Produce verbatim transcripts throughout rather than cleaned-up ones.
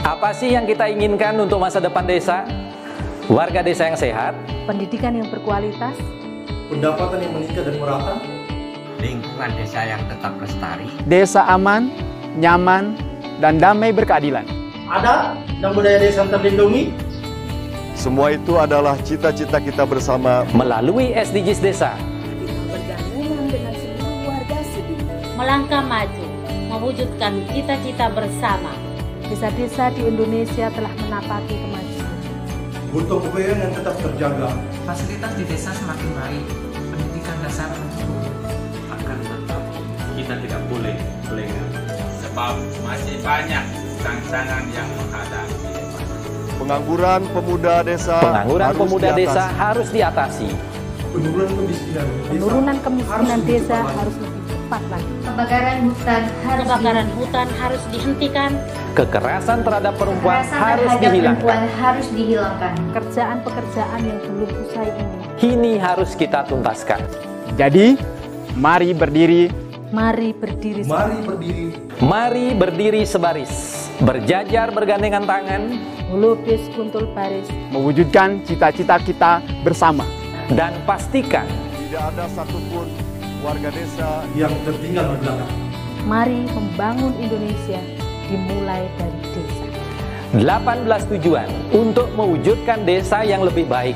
Apa sih yang kita inginkan untuk masa depan desa? Warga desa yang sehat, pendidikan yang berkualitas, pendapatan yang meningkat dan merata, lingkungan desa yang tetap lestari, desa aman, nyaman, dan damai berkeadilan. Adat dan budaya desa terlindungi. Semua itu adalah cita-cita kita bersama melalui S D Gs Desa. Bergabung dengan seluruh warga Sibi, melangkah maju, mewujudkan cita-cita bersama. Desa-desa di Indonesia telah menapaki kemajuan. Butuh kebayaan yang tetap terjaga. Fasilitas di desa semakin baik, pendidikan dasar mencukupi. Akan tetap kita tidak boleh lengah, sebab masih banyak tantangan yang menghadapi. Pengangguran pemuda desa Pengangguran harus pemuda diatasi. desa harus diatasi. Penurunan kemiskinan desa, Penurunan kemiskinan harus desa lebih harus lebih cepat lagi. Kebakaran hutan harus kebakaran hutan harus dihentikan. Kekerasan terhadap perempuan Kekerasan harus terhadap dihilangkan. perempuan harus dihilangkan. Pekerjaan-pekerjaan yang belum usai ini, Ini harus kita tuntaskan. Jadi, mari berdiri, mari berdiri. Mari berdiri. Mari berdiri sebaris, berjajar bergandengan tangan, Melukis kuntul baris, mewujudkan cita-cita kita bersama. dan pastikan Tidak ada satupun warga desa Yang tertinggal di belakang. mari membangun Indonesia dimulai dari desa. delapan belas tujuan untuk mewujudkan desa yang lebih baik.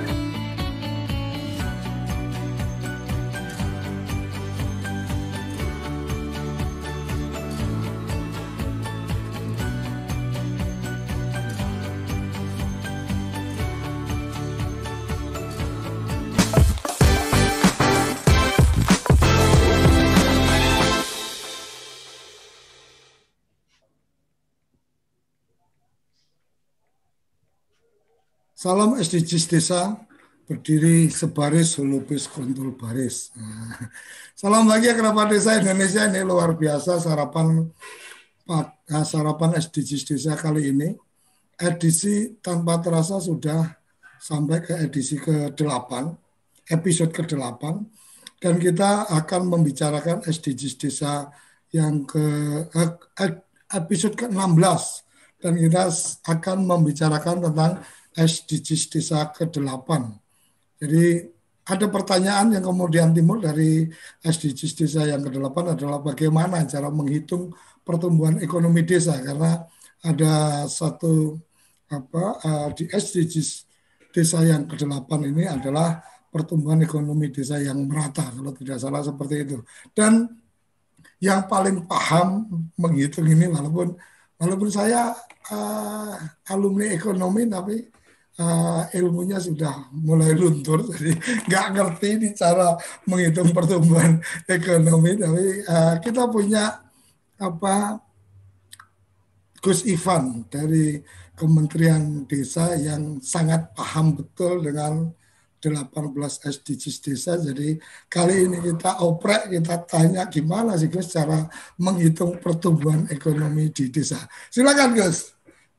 Salam S D Gs Desa, berdiri sebaris, holopis, kontrol baris. Nah, salam bahagia kerabat desa Indonesia, ini luar biasa sarapan sarapan S D Gs Desa kali ini. Edisi tanpa terasa sudah sampai ke edisi ke delapan, episode ke delapan, dan kita akan membicarakan S D Gs Desa yang ke eh, episode ke enam belas, dan kita akan membicarakan tentang S D Gs Desa ke delapan. Jadi ada pertanyaan yang kemudian timbul dari S D Gs Desa yang ke delapan adalah bagaimana cara menghitung pertumbuhan ekonomi desa, karena ada satu apa uh, di S D Gs Desa yang ke delapan ini adalah pertumbuhan ekonomi desa yang merata, kalau tidak salah seperti itu. Dan yang paling paham menghitung ini, walaupun walaupun saya uh, alumni ekonomi, tapi Uh, ilmunya sudah mulai luntur, jadi nggak ngerti ini cara menghitung pertumbuhan ekonomi. Tapi uh, kita punya apa Gus Ivan dari Kementerian Desa yang sangat paham betul dengan delapan belas S D Gs Desa. Jadi kali ini kita oprek, kita tanya gimana sih Gus cara menghitung pertumbuhan ekonomi di desa. Silakan Gus.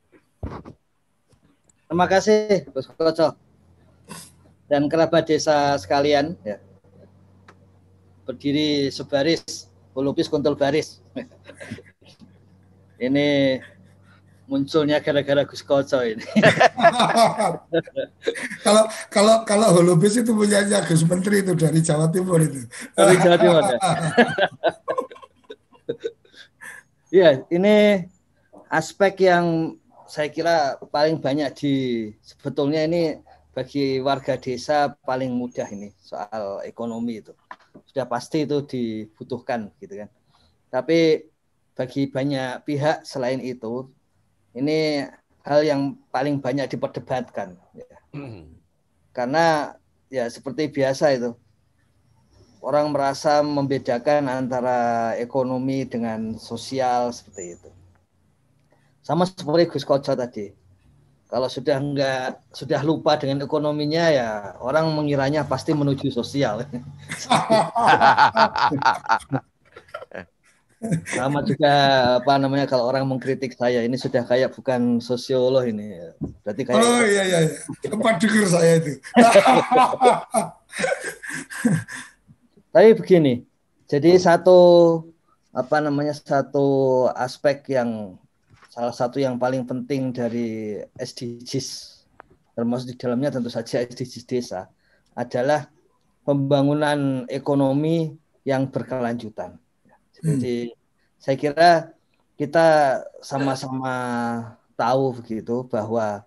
Terima kasih, Gus Koco dan kerabat desa sekalian. Ya. Berdiri sebaris, holopis kontrol baris. Ini munculnya gara-gara Gus Koco ini. Kalau kalau kalau holopis itu punyanya Gus Menteri itu dari Jawa Timur itu. Dari Jawa Timur. Ya. Ya, ini aspek yang saya kira paling banyak di sebetulnya ini bagi warga desa paling mudah ini soal ekonomi itu sudah pasti itu dibutuhkan gitu kan. Tapi bagi banyak pihak selain itu ini hal yang paling banyak diperdebatkan ya. Karena ya seperti biasa itu orang merasa membedakan antara ekonomi dengan sosial seperti itu. Sama seperti Gus Koco tadi, kalau sudah enggak sudah lupa dengan ekonominya ya orang mengiranya pasti menuju sosial. Sama juga apa namanya kalau orang mengkritik saya ini sudah kayak bukan sosiolog ini, berarti kayak. Oh iya iya, iya. Tempat dengar saya itu. Tapi begini, jadi satu apa namanya satu aspek yang salah satu yang paling penting dari S D Gs, termasuk di dalamnya tentu saja S D Gs desa, adalah pembangunan ekonomi yang berkelanjutan. Jadi hmm. saya kira kita sama-sama tahu begitu bahwa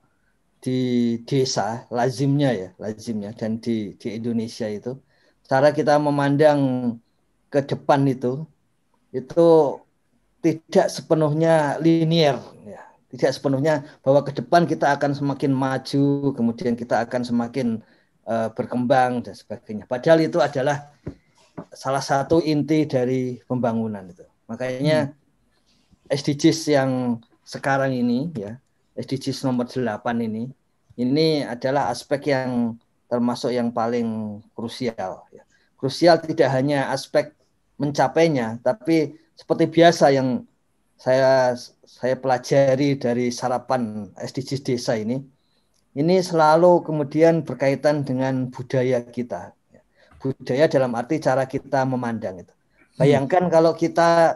di desa lazimnya ya, lazimnya dan di di Indonesia itu cara kita memandang ke depan itu itu tidak sepenuhnya linier ya. Tidak sepenuhnya bahwa ke depan kita akan semakin maju, kemudian kita akan semakin uh, berkembang dan sebagainya. Padahal itu adalah salah satu inti dari pembangunan itu. Makanya hmm. S D Gs yang sekarang ini ya, S D Gs nomor delapan ini, ini adalah aspek yang termasuk yang paling krusial. Ya. Krusial tidak hanya aspek mencapainya, tapi seperti biasa yang saya saya pelajari dari sarapan S D Gs desa ini, ini selalu kemudian berkaitan dengan budaya kita. Budaya dalam arti cara kita memandang itu. Bayangkan hmm. kalau kita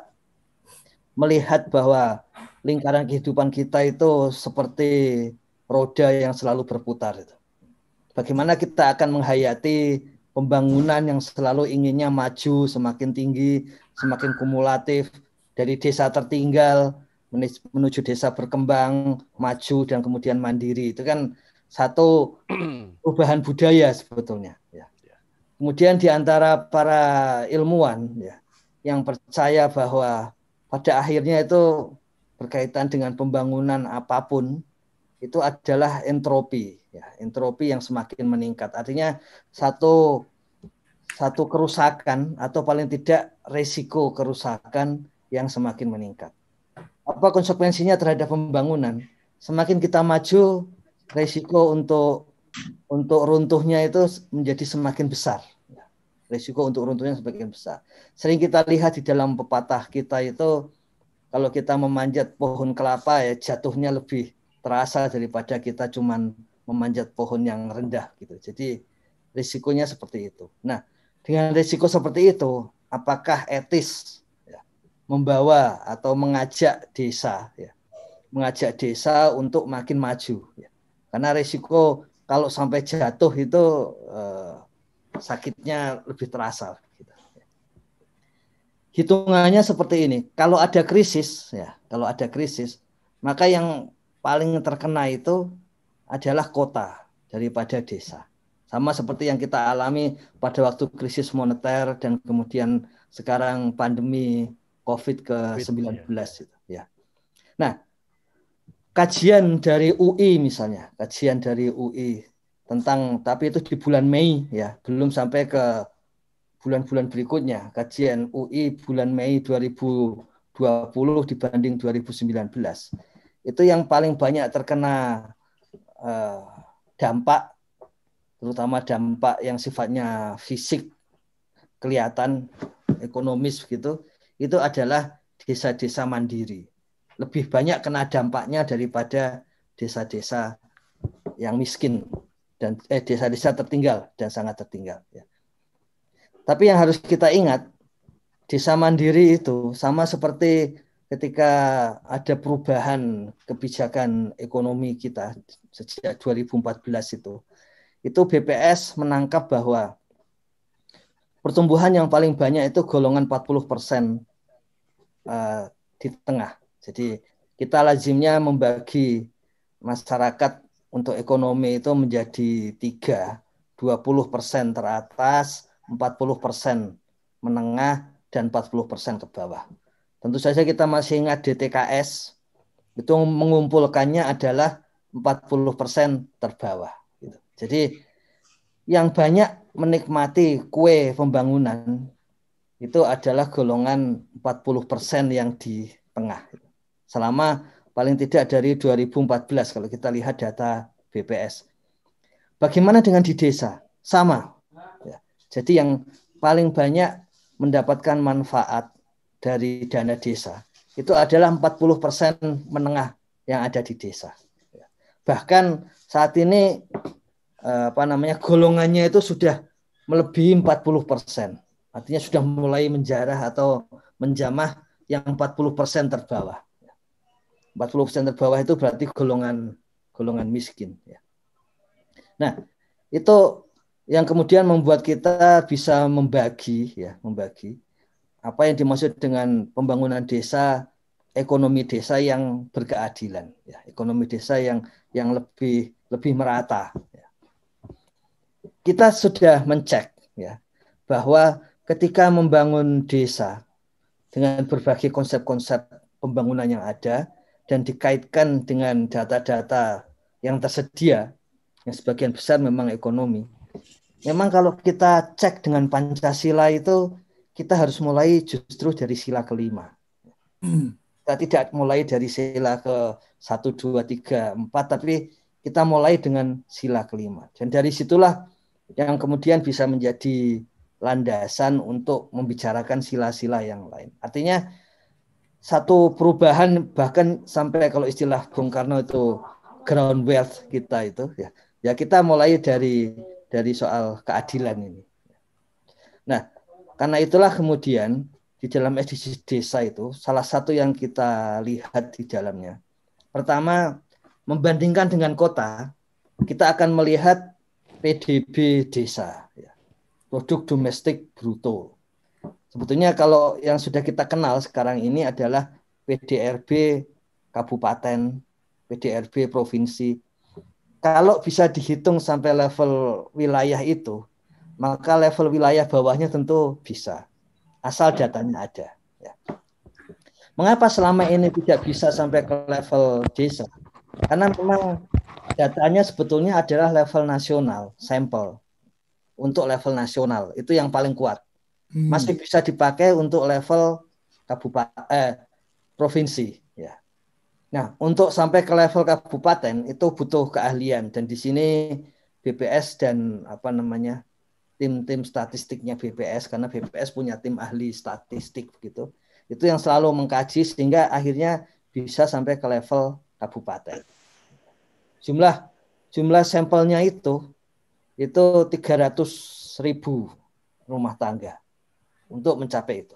melihat bahwa lingkaran kehidupan kita itu seperti roda yang selalu berputar itu. Bagaimana kita akan menghayati pembangunan yang selalu inginnya maju, semakin tinggi, semakin kumulatif, dari desa tertinggal menuju desa berkembang, maju dan kemudian mandiri. Itu kan satu perubahan budaya sebetulnya. Ya. Kemudian di antara para ilmuwan ya, yang percaya bahwa pada akhirnya itu berkaitan dengan pembangunan apapun, itu adalah entropi. Ya, entropi yang semakin meningkat. Artinya satu, satu kerusakan atau paling tidak resiko kerusakan yang semakin meningkat. Apa konsekuensinya terhadap pembangunan? Semakin kita maju, resiko untuk untuk runtuhnya itu menjadi semakin besar. Resiko untuk runtuhnya semakin besar. Sering kita lihat di dalam pepatah kita itu, kalau kita memanjat pohon kelapa ya jatuhnya lebih terasa daripada kita cuman memanjat pohon yang rendah gitu. Jadi risikonya seperti itu. Nah, dengan risiko seperti itu, apakah etis ya, membawa atau mengajak desa ya, mengajak desa untuk makin maju ya. Karena risiko kalau sampai jatuh itu eh, sakitnya lebih terasa gitu. Hitungannya seperti ini, kalau ada krisis ya, kalau ada krisis, maka yang paling terkena itu adalah kota daripada desa. Sama seperti yang kita alami pada waktu krisis moneter dan kemudian sekarang pandemi covid sembilan belas itu ya. Nah, kajian dari U I misalnya, kajian dari U I tentang, tapi itu di bulan Mei ya, belum sampai ke bulan-bulan berikutnya. Kajian U I bulan Mei dua ribu dua puluh dibanding dua ribu sembilan belas. Itu yang paling banyak terkena eh, dampak, terutama dampak yang sifatnya fisik, kelihatan, ekonomis begitu, itu adalah desa-desa mandiri. Lebih banyak kena dampaknya daripada desa-desa yang miskin dan eh, desa-desa tertinggal dan sangat tertinggal. Ya. Tapi yang harus kita ingat, desa mandiri itu sama seperti ketika ada perubahan kebijakan ekonomi kita sejak dua ribu empat belas itu, itu B P S menangkap bahwa pertumbuhan yang paling banyak itu golongan empat puluh persen uh, di tengah. Jadi kita lazimnya membagi masyarakat untuk ekonomi itu menjadi tiga, dua puluh persen teratas, empat puluh persen menengah, dan empat puluh persen ke bawah. Tentu saja kita masih ingat D T K S, itu mengumpulkannya adalah empat puluh persen terbawah. Gitu. Jadi yang banyak menikmati kue pembangunan itu adalah golongan empat puluh persen yang di tengah. Selama paling tidak dari dua ribu empat belas kalau kita lihat data B P S. Bagaimana dengan di desa? Sama. Ya. Jadi yang paling banyak mendapatkan manfaat dari dana desa itu adalah empat puluh persen menengah yang ada di desa. Bahkan saat ini apa namanya golongannya itu sudah melebihi empat puluh persen. Artinya sudah mulai menjarah atau menjamah yang empat puluh persen terbawah. empat puluh persen terbawah itu berarti golongan golongan miskin. Ya. Nah, itu yang kemudian membuat kita bisa membagi, ya, membagi apa yang dimaksud dengan pembangunan desa, ekonomi desa yang berkeadilan, ya, ekonomi desa yang yang lebih lebih merata. Ya. Kita sudah mencek, ya, bahwa ketika membangun desa dengan berbagai konsep-konsep pembangunan yang ada dan dikaitkan dengan data-data yang tersedia, yang sebagian besar memang ekonomi. Memang kalau kita cek dengan Pancasila itu, kita harus mulai justru dari sila kelima. Kita tidak mulai dari sila ke satu, dua, tiga, empat, tapi kita mulai dengan sila kelima. Dan dari situlah yang kemudian bisa menjadi landasan untuk membicarakan sila-sila yang lain. Artinya satu perubahan, bahkan sampai kalau istilah Bung Karno itu ground wealth kita itu, ya, ya kita mulai dari dari soal keadilan ini. Nah, karena itulah kemudian di dalam S D Gs desa itu salah satu yang kita lihat di dalamnya. Pertama, membandingkan dengan kota, kita akan melihat P D B desa, ya, produk domestik bruto. Sebetulnya kalau yang sudah kita kenal sekarang ini adalah P D R B kabupaten, P D R B provinsi. Kalau bisa dihitung sampai level wilayah itu, maka level wilayah bawahnya tentu bisa, asal datanya ada. Ya. Mengapa selama ini tidak bisa sampai ke level desa? Karena memang datanya sebetulnya adalah level nasional, sampel. Untuk level nasional, itu yang paling kuat. Masih bisa dipakai untuk level kabupaten, eh, provinsi. Ya. Nah, untuk sampai ke level kabupaten itu butuh keahlian, dan di sini B P S dan apa namanya tim-tim statistiknya B P S, karena B P S punya tim ahli statistik begitu. Itu yang selalu mengkaji sehingga akhirnya bisa sampai ke level kabupaten. Jumlah jumlah sampelnya itu itu tiga ratus ribu rumah tangga untuk mencapai itu.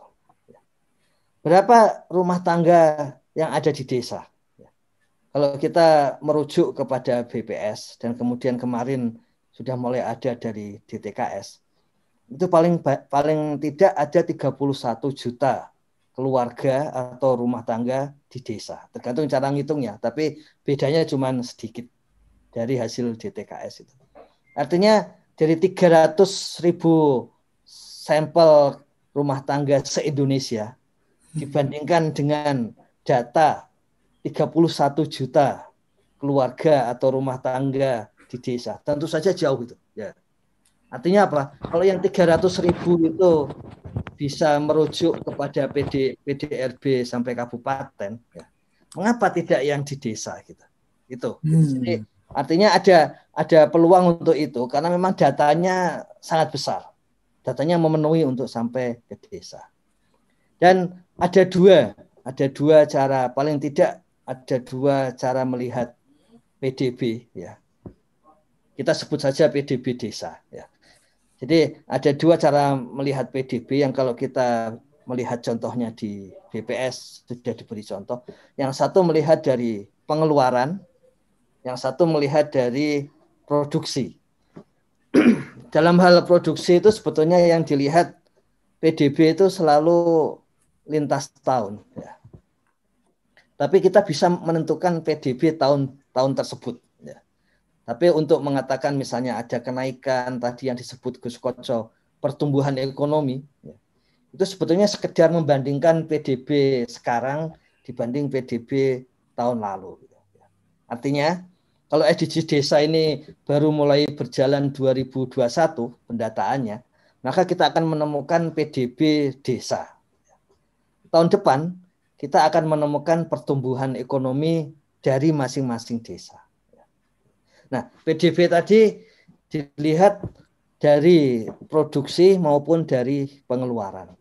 Berapa rumah tangga yang ada di desa? Kalau kita merujuk kepada B P S dan kemudian kemarin sudah mulai ada dari D T K S, itu paling paling tidak ada tiga puluh satu juta keluarga atau rumah tangga di desa. Tergantung cara ngitungnya, tapi bedanya cuma sedikit dari hasil D T K S itu. Artinya dari tiga ratus ribu sampel rumah tangga se-Indonesia dibandingkan dengan data tiga puluh satu juta keluarga atau rumah tangga di desa, tentu saja jauh itu. Ya. Artinya apa? Kalau yang tiga ratus ribu itu bisa merujuk kepada P D, P D R B sampai kabupaten, ya, mengapa tidak yang di desa gitu? Itu. Hmm. Jadi, artinya ada ada peluang untuk itu karena memang datanya sangat besar. Datanya memenuhi untuk sampai ke desa. Dan ada dua, ada dua cara, paling tidak ada dua cara melihat P D B, ya. Kita sebut saja P D B desa, ya. Jadi ada dua cara melihat P D B yang kalau kita melihat contohnya di B P S sudah diberi contoh. Yang satu melihat dari pengeluaran, yang satu melihat dari produksi. Dalam hal produksi itu sebetulnya yang dilihat P D B itu selalu lintas tahun. Ya. Tapi kita bisa menentukan P D B tahun-tahun tersebut. Ya. Tapi untuk mengatakan misalnya ada kenaikan tadi yang disebut Gus Koco, pertumbuhan ekonomi, ya, itu sebetulnya sekedar membandingkan P D B sekarang dibanding P D B tahun lalu. Ya. Artinya kalau S D Gs desa ini baru mulai berjalan dua ribu dua puluh satu pendataannya, maka kita akan menemukan P D B desa. Tahun depan kita akan menemukan pertumbuhan ekonomi dari masing-masing desa. Nah, P D B tadi dilihat dari produksi maupun dari pengeluaran.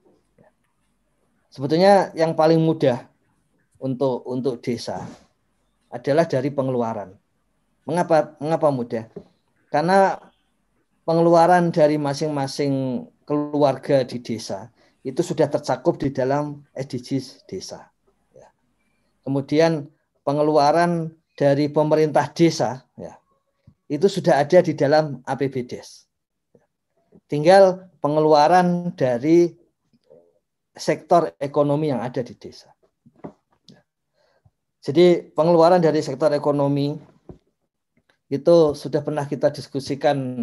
Sebetulnya yang paling mudah untuk untuk desa adalah dari pengeluaran. Mengapa mengapa mudah? Karena pengeluaran dari masing-masing keluarga di desa itu sudah tercakup di dalam S D Gs desa. Ya. Kemudian pengeluaran dari pemerintah desa ya, itu sudah ada di dalam A P B D E S. Tinggal pengeluaran dari sektor ekonomi yang ada di desa. Jadi pengeluaran dari sektor ekonomi itu sudah pernah kita diskusikan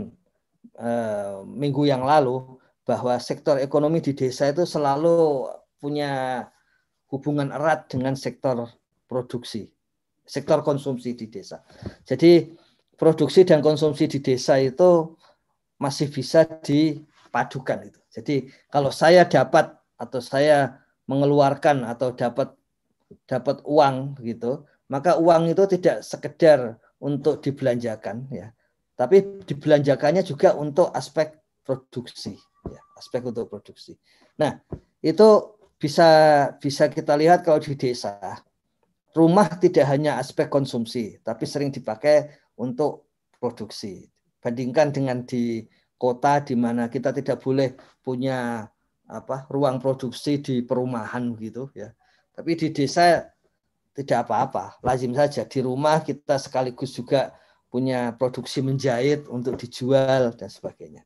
eh, minggu yang lalu, bahwa sektor ekonomi di desa itu selalu punya hubungan erat dengan sektor produksi, sektor konsumsi di desa. Jadi produksi dan konsumsi di desa itu masih bisa dipadukan itu. Jadi kalau saya dapat atau saya mengeluarkan atau dapat dapat uang gitu, maka uang itu tidak sekedar untuk dibelanjakan ya, tapi dibelanjakannya juga untuk aspek produksi ya, aspek untuk produksi. Nah, itu bisa bisa kita lihat kalau di desa, rumah tidak hanya aspek konsumsi, tapi sering dipakai untuk produksi. Bandingkan dengan di kota di mana kita tidak boleh punya apa ruang produksi di perumahan gitu ya. Tapi di desa tidak apa-apa, lazim saja di rumah kita sekaligus juga punya produksi menjahit untuk dijual dan sebagainya.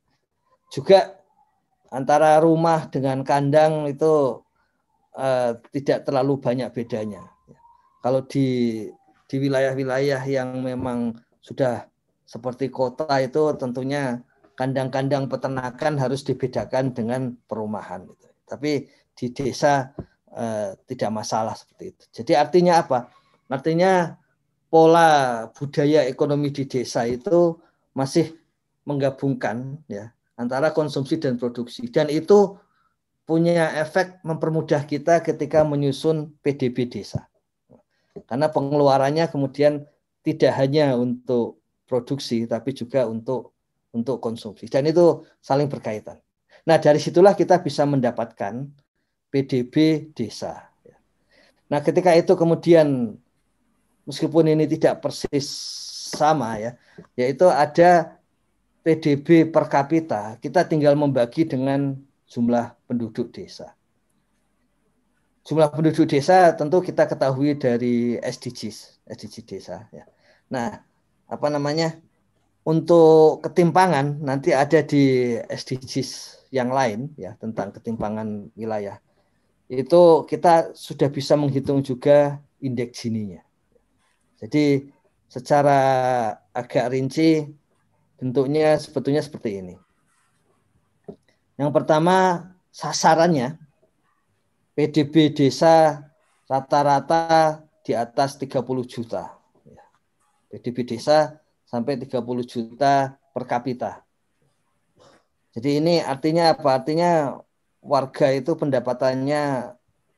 Juga antara rumah dengan kandang itu eh, tidak terlalu banyak bedanya. Kalau di di wilayah-wilayah yang memang sudah seperti kota itu tentunya kandang-kandang peternakan harus dibedakan dengan perumahan. Tapi di desa eh, tidak masalah seperti itu. Jadi artinya apa? Artinya pola budaya ekonomi di desa itu masih menggabungkan ya antara konsumsi dan produksi, dan itu punya efek mempermudah kita ketika menyusun P D B desa. Karena pengeluarannya kemudian tidak hanya untuk produksi tapi juga untuk untuk konsumsi, dan itu saling berkaitan. Nah, dari situlah kita bisa mendapatkan P D B desa. Nah, ketika itu kemudian meskipun ini tidak persis sama ya, yaitu ada P D B per kapita, kita tinggal membagi dengan jumlah penduduk desa. Jumlah penduduk desa tentu kita ketahui dari S D Gs, S D G desa ya. Nah, apa namanya? Untuk ketimpangan nanti ada di S D Gs yang lain ya, tentang ketimpangan wilayah. Itu kita sudah bisa menghitung juga indeks Gini-nya. Jadi secara agak rinci bentuknya sebetulnya seperti ini. Yang pertama sasarannya P D B desa rata-rata di atas tiga puluh juta. P D B desa sampai tiga puluh juta per kapita. Jadi ini artinya apa? Artinya warga itu pendapatannya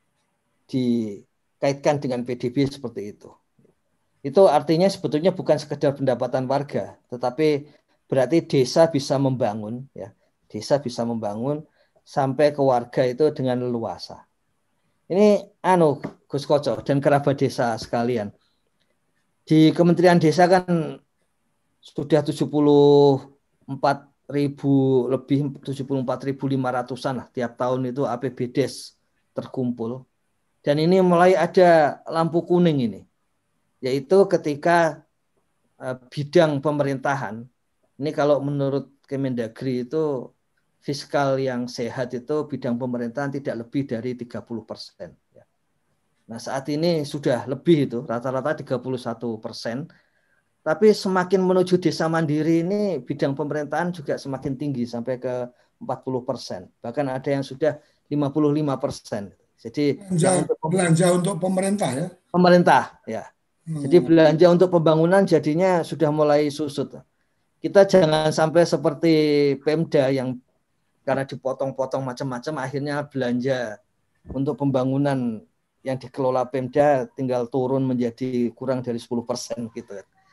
dikaitkan dengan P D B seperti itu. Itu artinya sebetulnya bukan sekedar pendapatan warga, tetapi berarti desa bisa membangun ya. Desa bisa membangun sampai ke warga itu dengan leluasa. Ini anu Gus Koco dan kerabat desa sekalian. Di Kementerian Desa kan sudah tujuh puluh empat ribu lebih, tujuh puluh empat ribu lima ratusan lah tiap tahun itu A P B D E S terkumpul. Dan ini mulai ada lampu kuning ini, yaitu ketika uh, bidang pemerintahan, ini kalau menurut Kemendagri itu fiskal yang sehat itu bidang pemerintahan tidak lebih dari tiga puluh persen. Nah saat ini sudah lebih itu, rata-rata tiga puluh satu persen. Tapi semakin menuju desa mandiri ini bidang pemerintahan juga semakin tinggi sampai ke empat puluh persen. Bahkan ada yang sudah lima puluh lima persen. Jadi belanja untuk, belanja untuk pemerintah ya. Pemerintah ya. Hmm. Jadi belanja untuk pembangunan jadinya sudah mulai susut. Kita jangan sampai seperti Pemda yang karena dipotong-potong macam-macam akhirnya belanja untuk pembangunan yang dikelola Pemda tinggal turun menjadi kurang dari sepuluh persen gitu.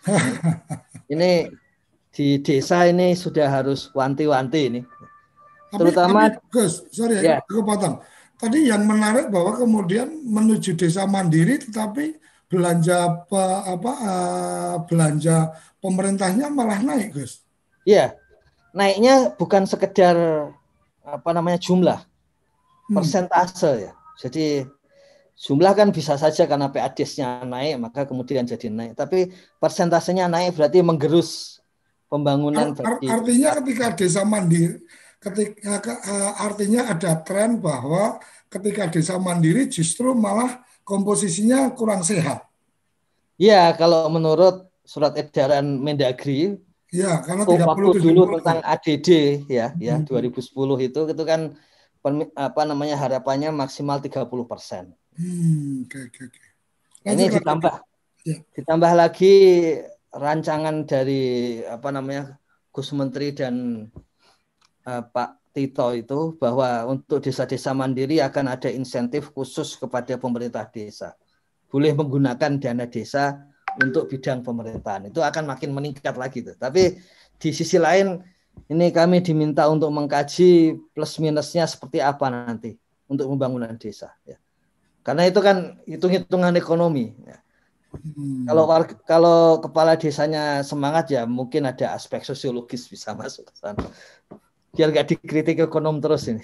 Ini di desa ini sudah harus wanti-wanti ini. Terutama tapi, Gus, sorry ya, aku potong. Tadi yang menarik bahwa kemudian menuju desa mandiri tetapi belanja apa, apa uh, belanja pemerintahnya malah naik, Gus. Iya. Naiknya bukan sekedar apa namanya jumlah, persentase ya. Jadi jumlah kan bisa saja karena P A D S-nya naik maka kemudian jadi naik. Tapi persentasenya naik berarti menggerus pembangunan. Art, artinya ketika desa mandiri, ketika artinya ada tren bahwa ketika desa mandiri justru malah komposisinya kurang sehat. Ya, kalau menurut surat edaran Mendagri, ya, karena waktu dulu tentang A D D ya, ya hmm. dua ribu sepuluh itu itu kan apa namanya harapannya maksimal tiga puluh persen. Hmm, okay, okay, okay. Ini ditambah, ya. ditambah lagi rancangan dari apa namanya Gus Menteri dan uh, Pak Tito itu bahwa untuk desa-desa mandiri akan ada insentif khusus kepada pemerintah desa. Boleh menggunakan dana desa untuk bidang pemerintahan. Itu akan makin meningkat lagi tuh. Tapi di sisi lain ini kami diminta untuk mengkaji plus minusnya seperti apa nanti untuk pembangunan desa. Ya. Karena itu kan hitung-hitungan ekonomi. Ya. Hmm. Kalau kalau kepala desanya semangat ya mungkin ada aspek sosiologis bisa masuk ke sana. Biar nggak dikritik ekonom terus ini.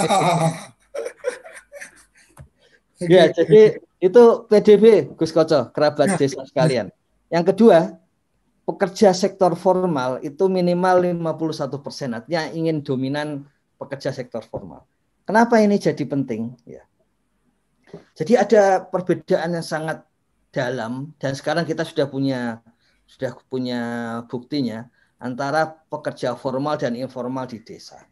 Ya, jadi itu P D B, Gus Koco, kerabat desa sekalian. Yang kedua, pekerja sektor formal itu minimal lima puluh satu persen, artinya ingin dominan pekerja sektor formal. Kenapa ini jadi penting? Ya. Jadi ada perbedaan yang sangat dalam dan sekarang kita sudah punya sudah punya buktinya antara pekerja formal dan informal di desa.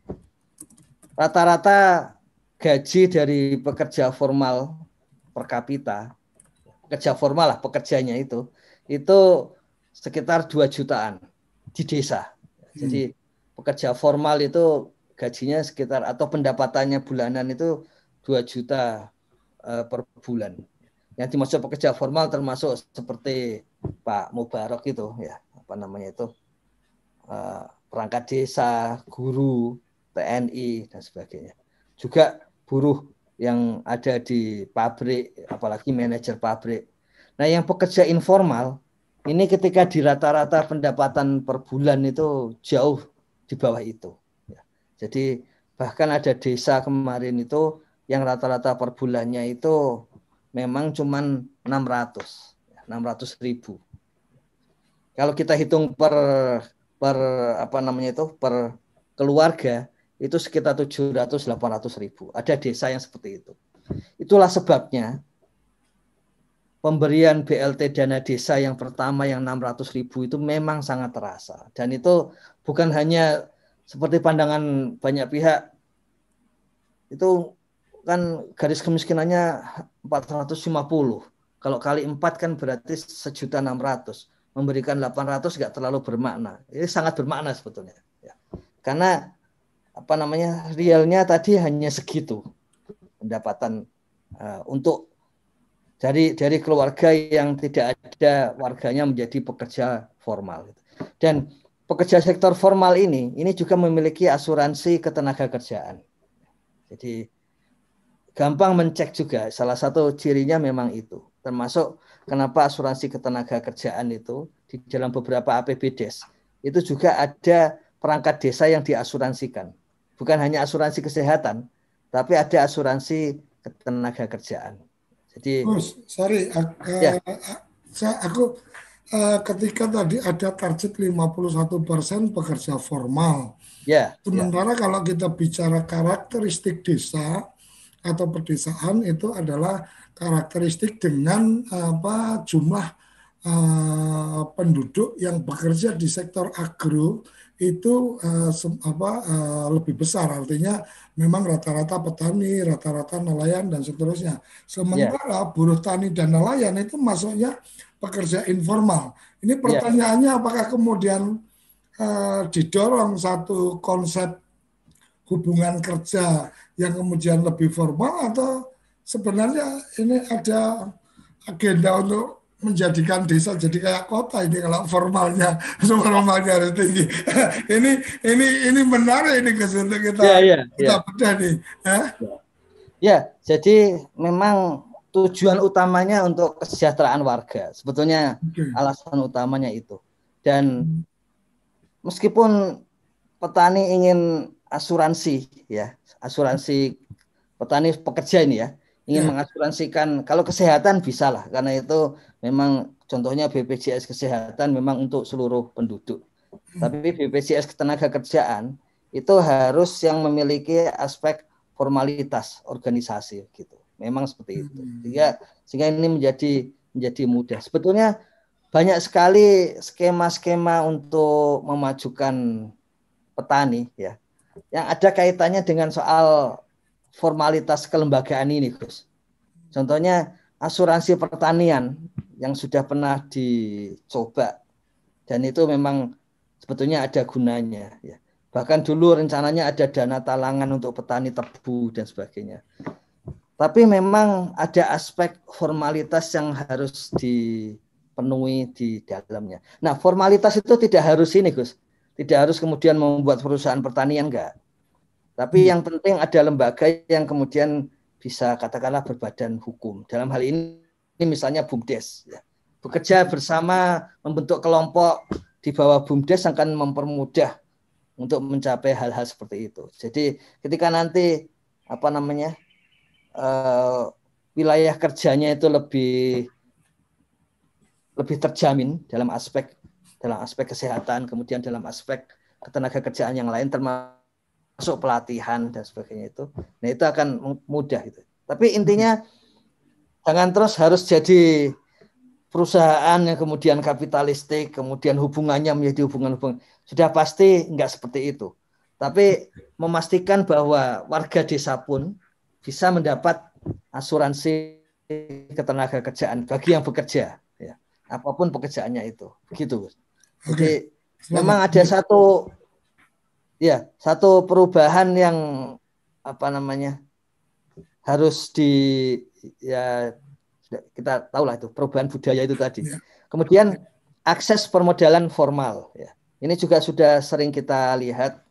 Rata-rata gaji dari pekerja formal per kapita, pekerja formal lah pekerjanya itu, itu sekitar dua jutaan di desa. Jadi pekerja formal itu gajinya sekitar atau pendapatannya bulanan itu dua juta uh, per bulan. Yang dimaksud pekerja formal termasuk seperti Pak Mubarok itu, ya apa namanya itu uh, perangkat desa, guru, T N I dan sebagainya. Juga buruh yang ada di pabrik, apalagi manajer pabrik. Nah, yang pekerja informal, ini ketika di rata-rata pendapatan per bulan itu jauh di bawah itu. Ya. Jadi bahkan ada desa kemarin itu yang rata-rata per bulannya itu memang cuma enam ratus ribu. Kalau kita hitung per per apa namanya itu per keluarga, itu sekitar tujuh ratus sampai delapan ratus ribu. Ada desa yang seperti itu. Itulah sebabnya pemberian B L T dana desa yang pertama yang enam ratus ribu itu memang sangat terasa. Dan itu bukan hanya seperti pandangan banyak pihak, itu kan garis kemiskinannya empat ratus lima puluh. Kalau kali empat kan berarti sejuta enam ratus. Memberikan delapan ratus nggak terlalu bermakna. Ini sangat bermakna sebetulnya. Ya. Karena apa namanya realnya tadi hanya segitu pendapatan uh, untuk dari dari keluarga yang tidak ada warganya menjadi pekerja formal. Dan pekerja sektor formal ini ini juga memiliki asuransi ketenaga kerjaan. Jadi gampang mencek juga, salah satu cirinya memang itu. Termasuk kenapa asuransi ketenaga kerjaan itu di dalam beberapa A P B D E S itu juga ada perangkat desa yang diasuransikan. Bukan hanya asuransi kesehatan, tapi ada asuransi ketenaga kerjaan. Jadi, Gus, sorry, uh, ya. saya, aku uh, ketika tadi ada target lima puluh satu persen pekerja formal. Ya. Sementara ya. kalau kita bicara karakteristik desa atau pedesaan itu adalah karakteristik dengan apa jumlah uh, penduduk yang bekerja di sektor agro itu uh, apa uh, lebih besar, artinya memang rata-rata petani, rata-rata nelayan dan seterusnya. Sementara yeah. buruh tani dan nelayan itu masuknya pekerja informal. Ini pertanyaannya yeah. apakah kemudian uh, didorong satu konsep hubungan kerja yang kemudian lebih formal atau sebenarnya ini ada agenda untuk menjadikan desa jadi kayak kota ini kalau formalnya formalnya harus tinggi. ini ini ini menarik ini untuk kita ya, ya, kita ya. bedah nih. Ya. ya, jadi memang tujuan utamanya untuk kesejahteraan warga. Sebetulnya okay. alasan utamanya itu. Dan meskipun petani ingin asuransi ya, asuransi petani pekerja ini ya, ingin Ya. mengasuransikan, kalau kesehatan bisa lah, karena itu memang contohnya B P J S kesehatan memang untuk seluruh penduduk. Tapi B P J S ketenagakerjaan itu harus yang memiliki aspek formalitas organisasi gitu. Memang seperti itu. Sehingga sehingga ini menjadi menjadi mudah. Sebetulnya banyak sekali skema-skema untuk memajukan petani ya. Yang ada kaitannya dengan soal formalitas kelembagaan ini, Gus. Contohnya asuransi pertanian yang sudah pernah dicoba dan itu memang sebetulnya ada gunanya ya. Bahkan dulu rencananya ada dana talangan untuk petani tebu dan sebagainya. Tapi memang ada aspek formalitas yang harus dipenuhi di dalamnya. Nah, formalitas itu tidak harus ini, Gus. Tidak harus kemudian membuat perusahaan pertanian, enggak. Tapi yang penting ada lembaga yang kemudian bisa katakanlah berbadan hukum. Dalam hal ini, ini misalnya BUMDes. Ya. Bekerja bersama membentuk kelompok di bawah BUMDes akan mempermudah untuk mencapai hal-hal seperti itu. Jadi ketika nanti apa namanya uh, wilayah kerjanya itu lebih lebih terjamin dalam aspek dalam aspek kesehatan, kemudian dalam aspek ketenagakerjaan yang lain termasuk pelatihan dan sebagainya itu. Nah, itu akan mudah itu. Tapi intinya jangan terus harus jadi perusahaan yang kemudian kapitalistik, kemudian hubungannya menjadi hubungan-hubungan. Sudah pasti enggak seperti itu. Tapi memastikan bahwa warga desa pun bisa mendapat asuransi ketenagakerjaan bagi yang bekerja, ya. Apapun pekerjaannya itu. Begitu, Gus. Jadi okay. Memang ada satu ya, satu perubahan yang apa namanya? Harus di ya kita tahulah itu perubahan budaya itu tadi. Ya. Kemudian akses permodalan formal ya. Ini juga sudah sering kita lihat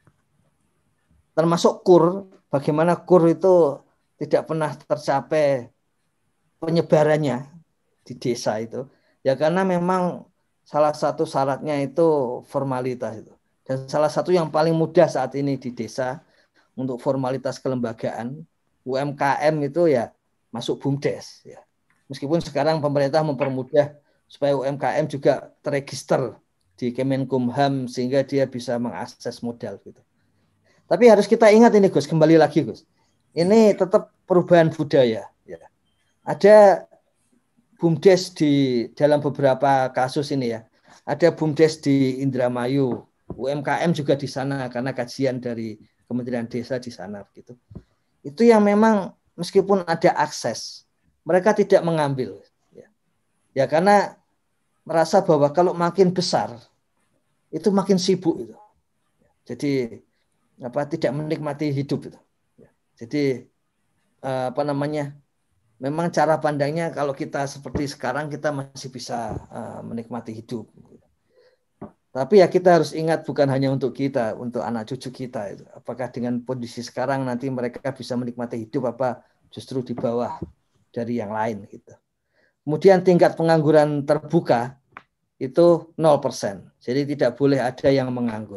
termasuk kur, bagaimana kur itu tidak pernah tercapai penyebarannya di desa itu. Ya karena memang salah satu syaratnya itu formalitas itu. Dan salah satu yang paling mudah saat ini di desa untuk formalitas kelembagaan U M K M itu ya masuk BUMDes ya. Meskipun sekarang pemerintah mempermudah supaya U M K M juga terregister di Kemenkumham sehingga dia bisa mengakses modal gitu. Tapi harus kita ingat ini, Gus, kembali lagi, Gus. Ini tetap perubahan budaya ya. Ada BUMDes di dalam beberapa kasus ini ya. Ada BUMDes di Indramayu, U M K M juga di sana karena kajian dari Kementerian Desa di sana gitu. Itu yang memang meskipun ada akses, mereka tidak mengambil ya. Ya karena merasa bahwa kalau makin besar itu makin sibuk itu. Jadi apa tidak menikmati hidup itu. Ya. Jadi apa namanya? Memang cara pandangnya kalau kita seperti sekarang kita masih bisa uh, menikmati hidup. Tapi ya kita harus ingat bukan hanya untuk kita, untuk anak cucu kita itu. Apakah dengan kondisi sekarang nanti mereka bisa menikmati hidup apa justru di bawah dari yang lain gitu. Kemudian tingkat pengangguran terbuka itu nol persen. Jadi tidak boleh ada yang menganggur.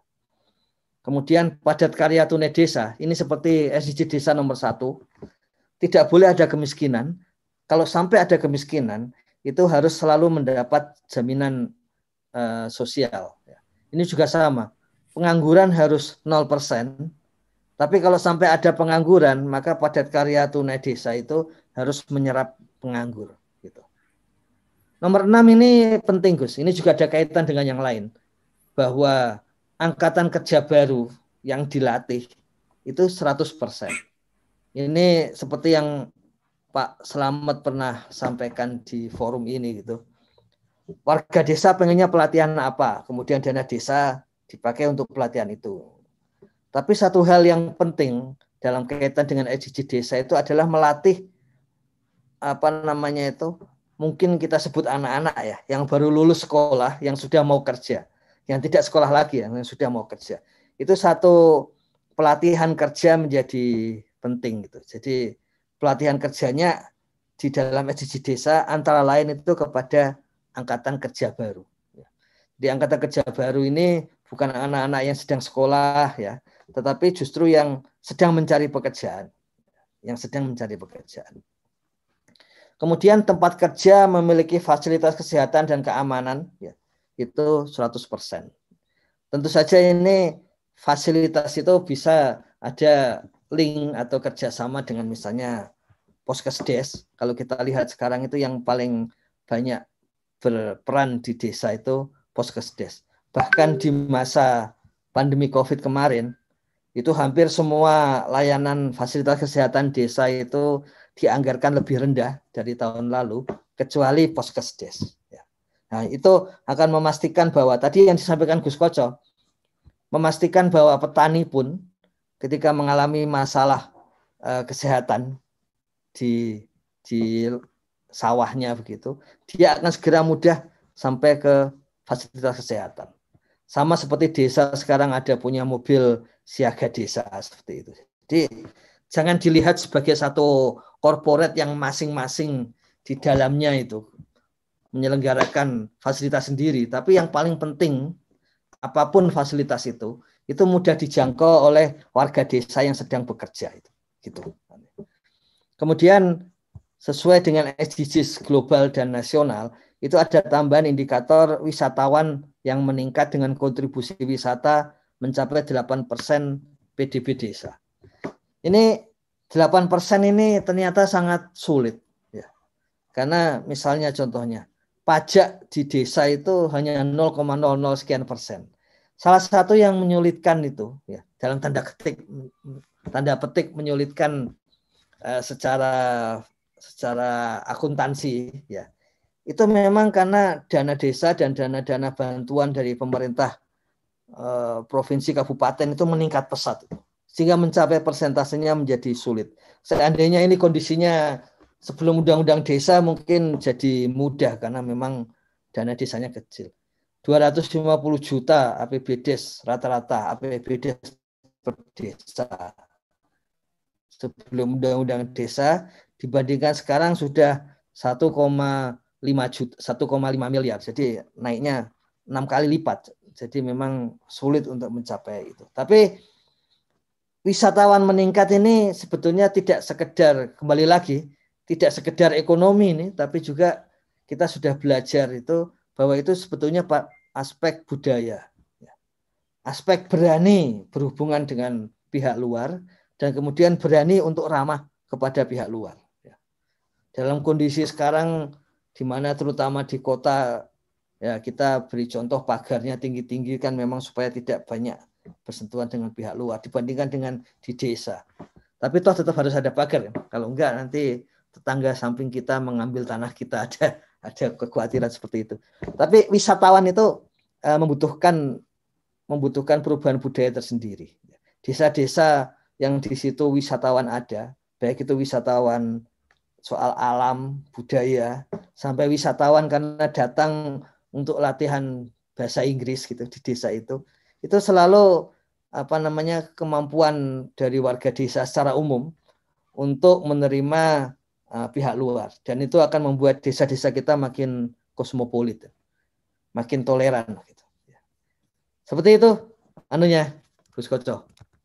Kemudian padat karya tunai desa, ini seperti S D G desa nomor satu. Tidak boleh ada kemiskinan. Kalau sampai ada kemiskinan, itu harus selalu mendapat jaminan uh, sosial. Ini juga sama. Pengangguran harus nol persen. Tapi kalau sampai ada pengangguran, maka padat karya tunai desa itu harus menyerap penganggur. Gitu. Nomor enam ini penting, Gus. Ini juga ada kaitan dengan yang lain. Bahwa angkatan kerja baru yang dilatih itu seratus persen. Ini seperti yang Pak Slamet pernah sampaikan di forum ini gitu. Warga desa pengennya pelatihan apa, kemudian dana desa dipakai untuk pelatihan itu. Tapi satu hal yang penting dalam kaitan dengan S D G desa itu adalah melatih apa namanya itu, mungkin kita sebut anak-anak ya, yang baru lulus sekolah, yang sudah mau kerja, yang tidak sekolah lagi, yang sudah mau kerja. Itu satu pelatihan kerja menjadi penting gitu. Jadi pelatihan kerjanya di dalam S D G desa antara lain itu kepada angkatan kerja baru. Di angkatan kerja baru ini bukan anak-anak yang sedang sekolah ya, tetapi justru yang sedang mencari pekerjaan. yang sedang mencari pekerjaan. Kemudian tempat kerja memiliki fasilitas kesehatan dan keamanan, ya, itu seratus persen. Tentu saja ini fasilitas itu bisa ada link atau kerjasama dengan misalnya Poskesdes. Kalau kita lihat sekarang itu yang paling banyak berperan di desa itu Poskesdes. Bahkan di masa pandemi COVID kemarin, itu hampir semua layanan fasilitas kesehatan desa itu dianggarkan lebih rendah dari tahun lalu, kecuali Poskesdes. Nah, itu akan memastikan bahwa tadi yang disampaikan Gus Koco, memastikan bahwa petani pun ketika mengalami masalah eh, kesehatan di di sawahnya begitu, dia akan segera mudah sampai ke fasilitas kesehatan. Sama seperti desa sekarang ada punya mobil siaga desa seperti itu. Jadi jangan dilihat sebagai satu korporat yang masing-masing di dalamnya itu menyelenggarakan fasilitas sendiri, tapi yang paling penting apapun fasilitas itu itu mudah dijangkau oleh warga desa yang sedang bekerja itu. Gitu. Kemudian sesuai dengan S D Gs global dan nasional, itu ada tambahan indikator wisatawan yang meningkat dengan kontribusi wisata mencapai delapan persen P D B desa. Ini delapan persen ini ternyata sangat sulit. Ya. Karena misalnya contohnya, pajak di desa itu hanya nol koma nol nol sekian persen. Salah satu yang menyulitkan itu, ya, dalam tanda ketik, tanda petik menyulitkan uh, secara secara akuntansi, ya, itu memang karena dana desa dan dana-dana bantuan dari pemerintah uh, provinsi kabupaten itu meningkat pesat, sehingga mencapai persentasenya menjadi sulit. Seandainya ini kondisinya sebelum undang-undang desa mungkin jadi mudah karena memang dana desanya kecil. dua ratus lima puluh juta A P B D E S rata-rata A P B D E S per desa. Sebelum undang-undang desa dibandingkan sekarang sudah satu koma lima juta, satu koma lima miliar. Jadi naiknya enam kali lipat. Jadi memang sulit untuk mencapai itu. Tapi wisatawan meningkat ini sebetulnya tidak sekedar, kembali lagi, tidak sekedar ekonomi ini, tapi juga kita sudah belajar itu bahwa itu sebetulnya Pak aspek budaya, aspek berani berhubungan dengan pihak luar dan kemudian berani untuk ramah kepada pihak luar. Dalam kondisi sekarang di mana terutama di kota, ya kita beri contoh pagarnya tinggi-tinggi kan memang supaya tidak banyak bersentuhan dengan pihak luar dibandingkan dengan di desa. Tapi toh tetap harus ada pagar, ya. Kalau enggak nanti tetangga samping kita mengambil tanah kita, ada ada kekhawatiran seperti itu. Tapi wisatawan itu uh, membutuhkan membutuhkan perubahan budaya tersendiri. Desa-desa yang di situ wisatawan ada, baik itu wisatawan soal alam, budaya, sampai wisatawan karena datang untuk latihan bahasa Inggris gitu di desa itu, itu selalu apa namanya kemampuan dari warga desa secara umum untuk menerima uh, pihak luar, dan itu akan membuat desa-desa kita makin kosmopolit, makin toleran gitu. Seperti itu anunya Gus Koco.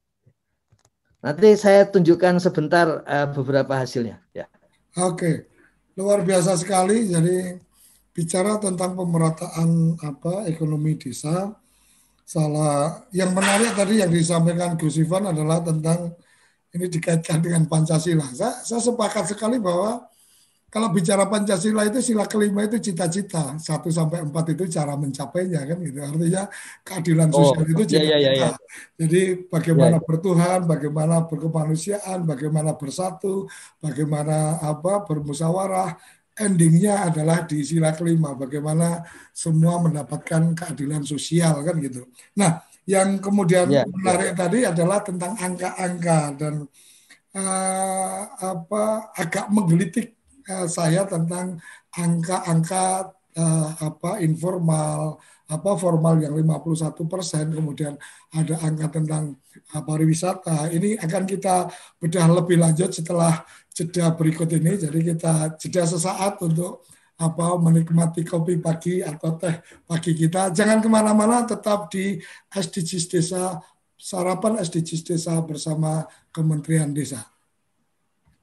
Nanti saya tunjukkan sebentar uh, beberapa hasilnya ya. Oke, luar biasa sekali. Jadi bicara tentang pemerataan apa ekonomi desa, salah yang menarik tadi yang disampaikan Gus Ivan adalah tentang ini dikaitkan dengan Pancasila. Saya, saya sepakat sekali bahwa kalau bicara Pancasila itu sila kelima itu cita-cita, satu sampai empat itu cara mencapainya kan gitu. Artinya keadilan sosial oh, itu cita-cita. Ya, ya, ya. Jadi bagaimana ya, ya. bertuhan, bagaimana berkemanusiaan, bagaimana bersatu, bagaimana apa bermusyawarah, endingnya adalah di sila kelima, bagaimana semua mendapatkan keadilan sosial kan gitu. Nah, yang kemudian ya, menarik ya. tadi adalah tentang angka-angka dan uh, apa agak menggelitik saya tentang angka-angka uh, apa informal, apa formal yang lima puluh satu persen, kemudian ada angka tentang uh, pariwisata. Ini akan kita bedah lebih lanjut setelah jeda berikut ini. Jadi kita jeda sesaat untuk apa menikmati kopi pagi atau teh pagi kita. Jangan kemana-mana, tetap di S D Gs Desa, sarapan S D Gs Desa bersama Kementerian Desa.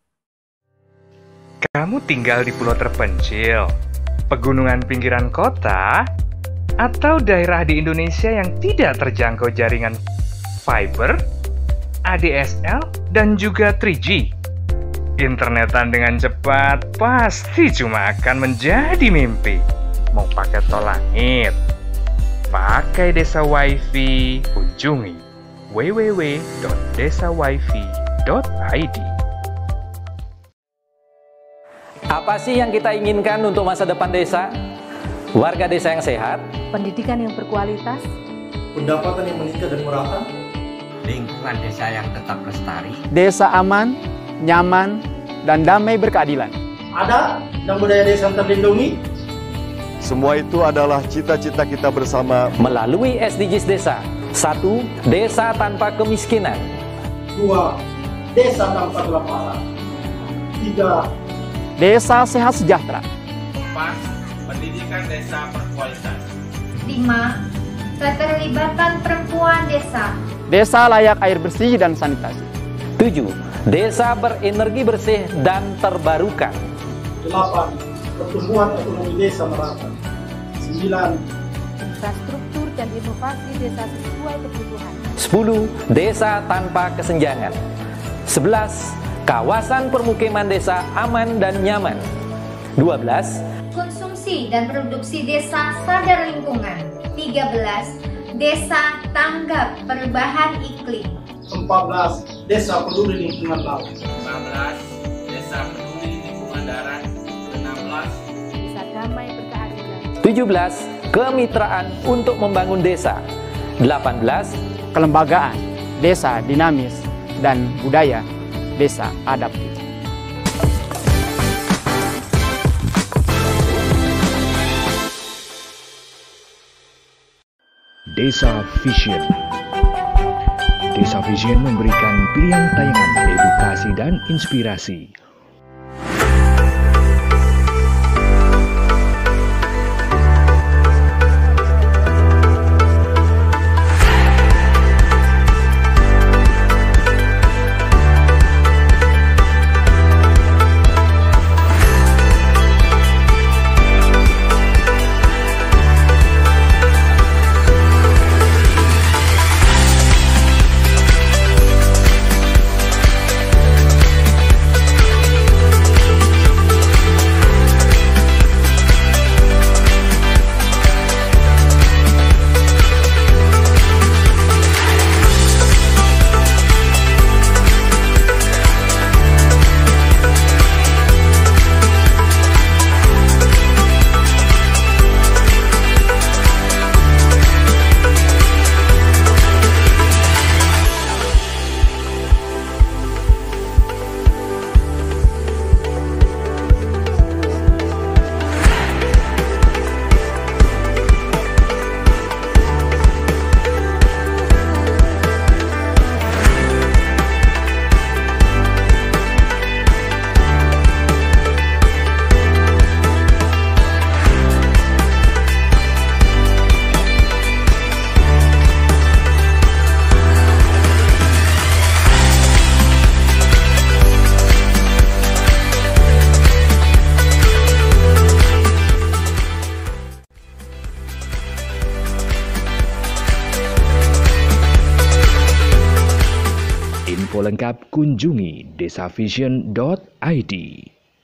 Kamu tinggal di pulau terpencil, pegunungan pinggiran kota, atau daerah di Indonesia yang tidak terjangkau jaringan fiber, A D S L, dan juga tiga G. Internetan dengan cepat pasti cuma akan menjadi mimpi. Mau pakai tol langit, pakai Desa Wifi, kunjungi w w w dot desa wifi dot i d. Apa sih yang kita inginkan untuk masa depan desa? Warga desa yang sehat, pendidikan yang berkualitas, pendapatan yang meningkat dan merata, lingkungan desa yang tetap lestari, desa aman, nyaman, dan damai berkeadilan. ada dan budaya desa terlindungi. Semua itu adalah cita-cita kita bersama melalui S D Gs desa. Satu, desa tanpa kemiskinan. Dua, desa tanpa kelaparan. Tiga, desa sehat sejahtera. Empat, pendidikan desa berkualitas. Lima, keterlibatan perempuan desa. Desa layak air bersih dan sanitasi. Tujuh, desa berenergi bersih dan terbarukan. Delapan, pertumbuhan ekonomi desa merata. Sembilan, infrastruktur dan inovasi desa sesuai kebutuhan. Sepuluh, desa tanpa kesenjangan. Sebelas, kawasan permukiman desa aman dan nyaman. Dua belas, konsumsi dan produksi desa sadar lingkungan. Tiga belas, desa tanggap perubahan iklim. Empat belas, desa peduli lingkungan laut. Lima belas, desa peduli lingkungan darat. Enam belas, Desa damai berkeadilan. Tujuh belas, kemitraan untuk membangun desa. Delapan belas, kelembagaan desa dinamis dan budaya desa adaptif. Desa Vision. Desa Vision memberikan pilihan tayangan edukasi dan inspirasi. Info lengkap kunjungi desa vision dot i d.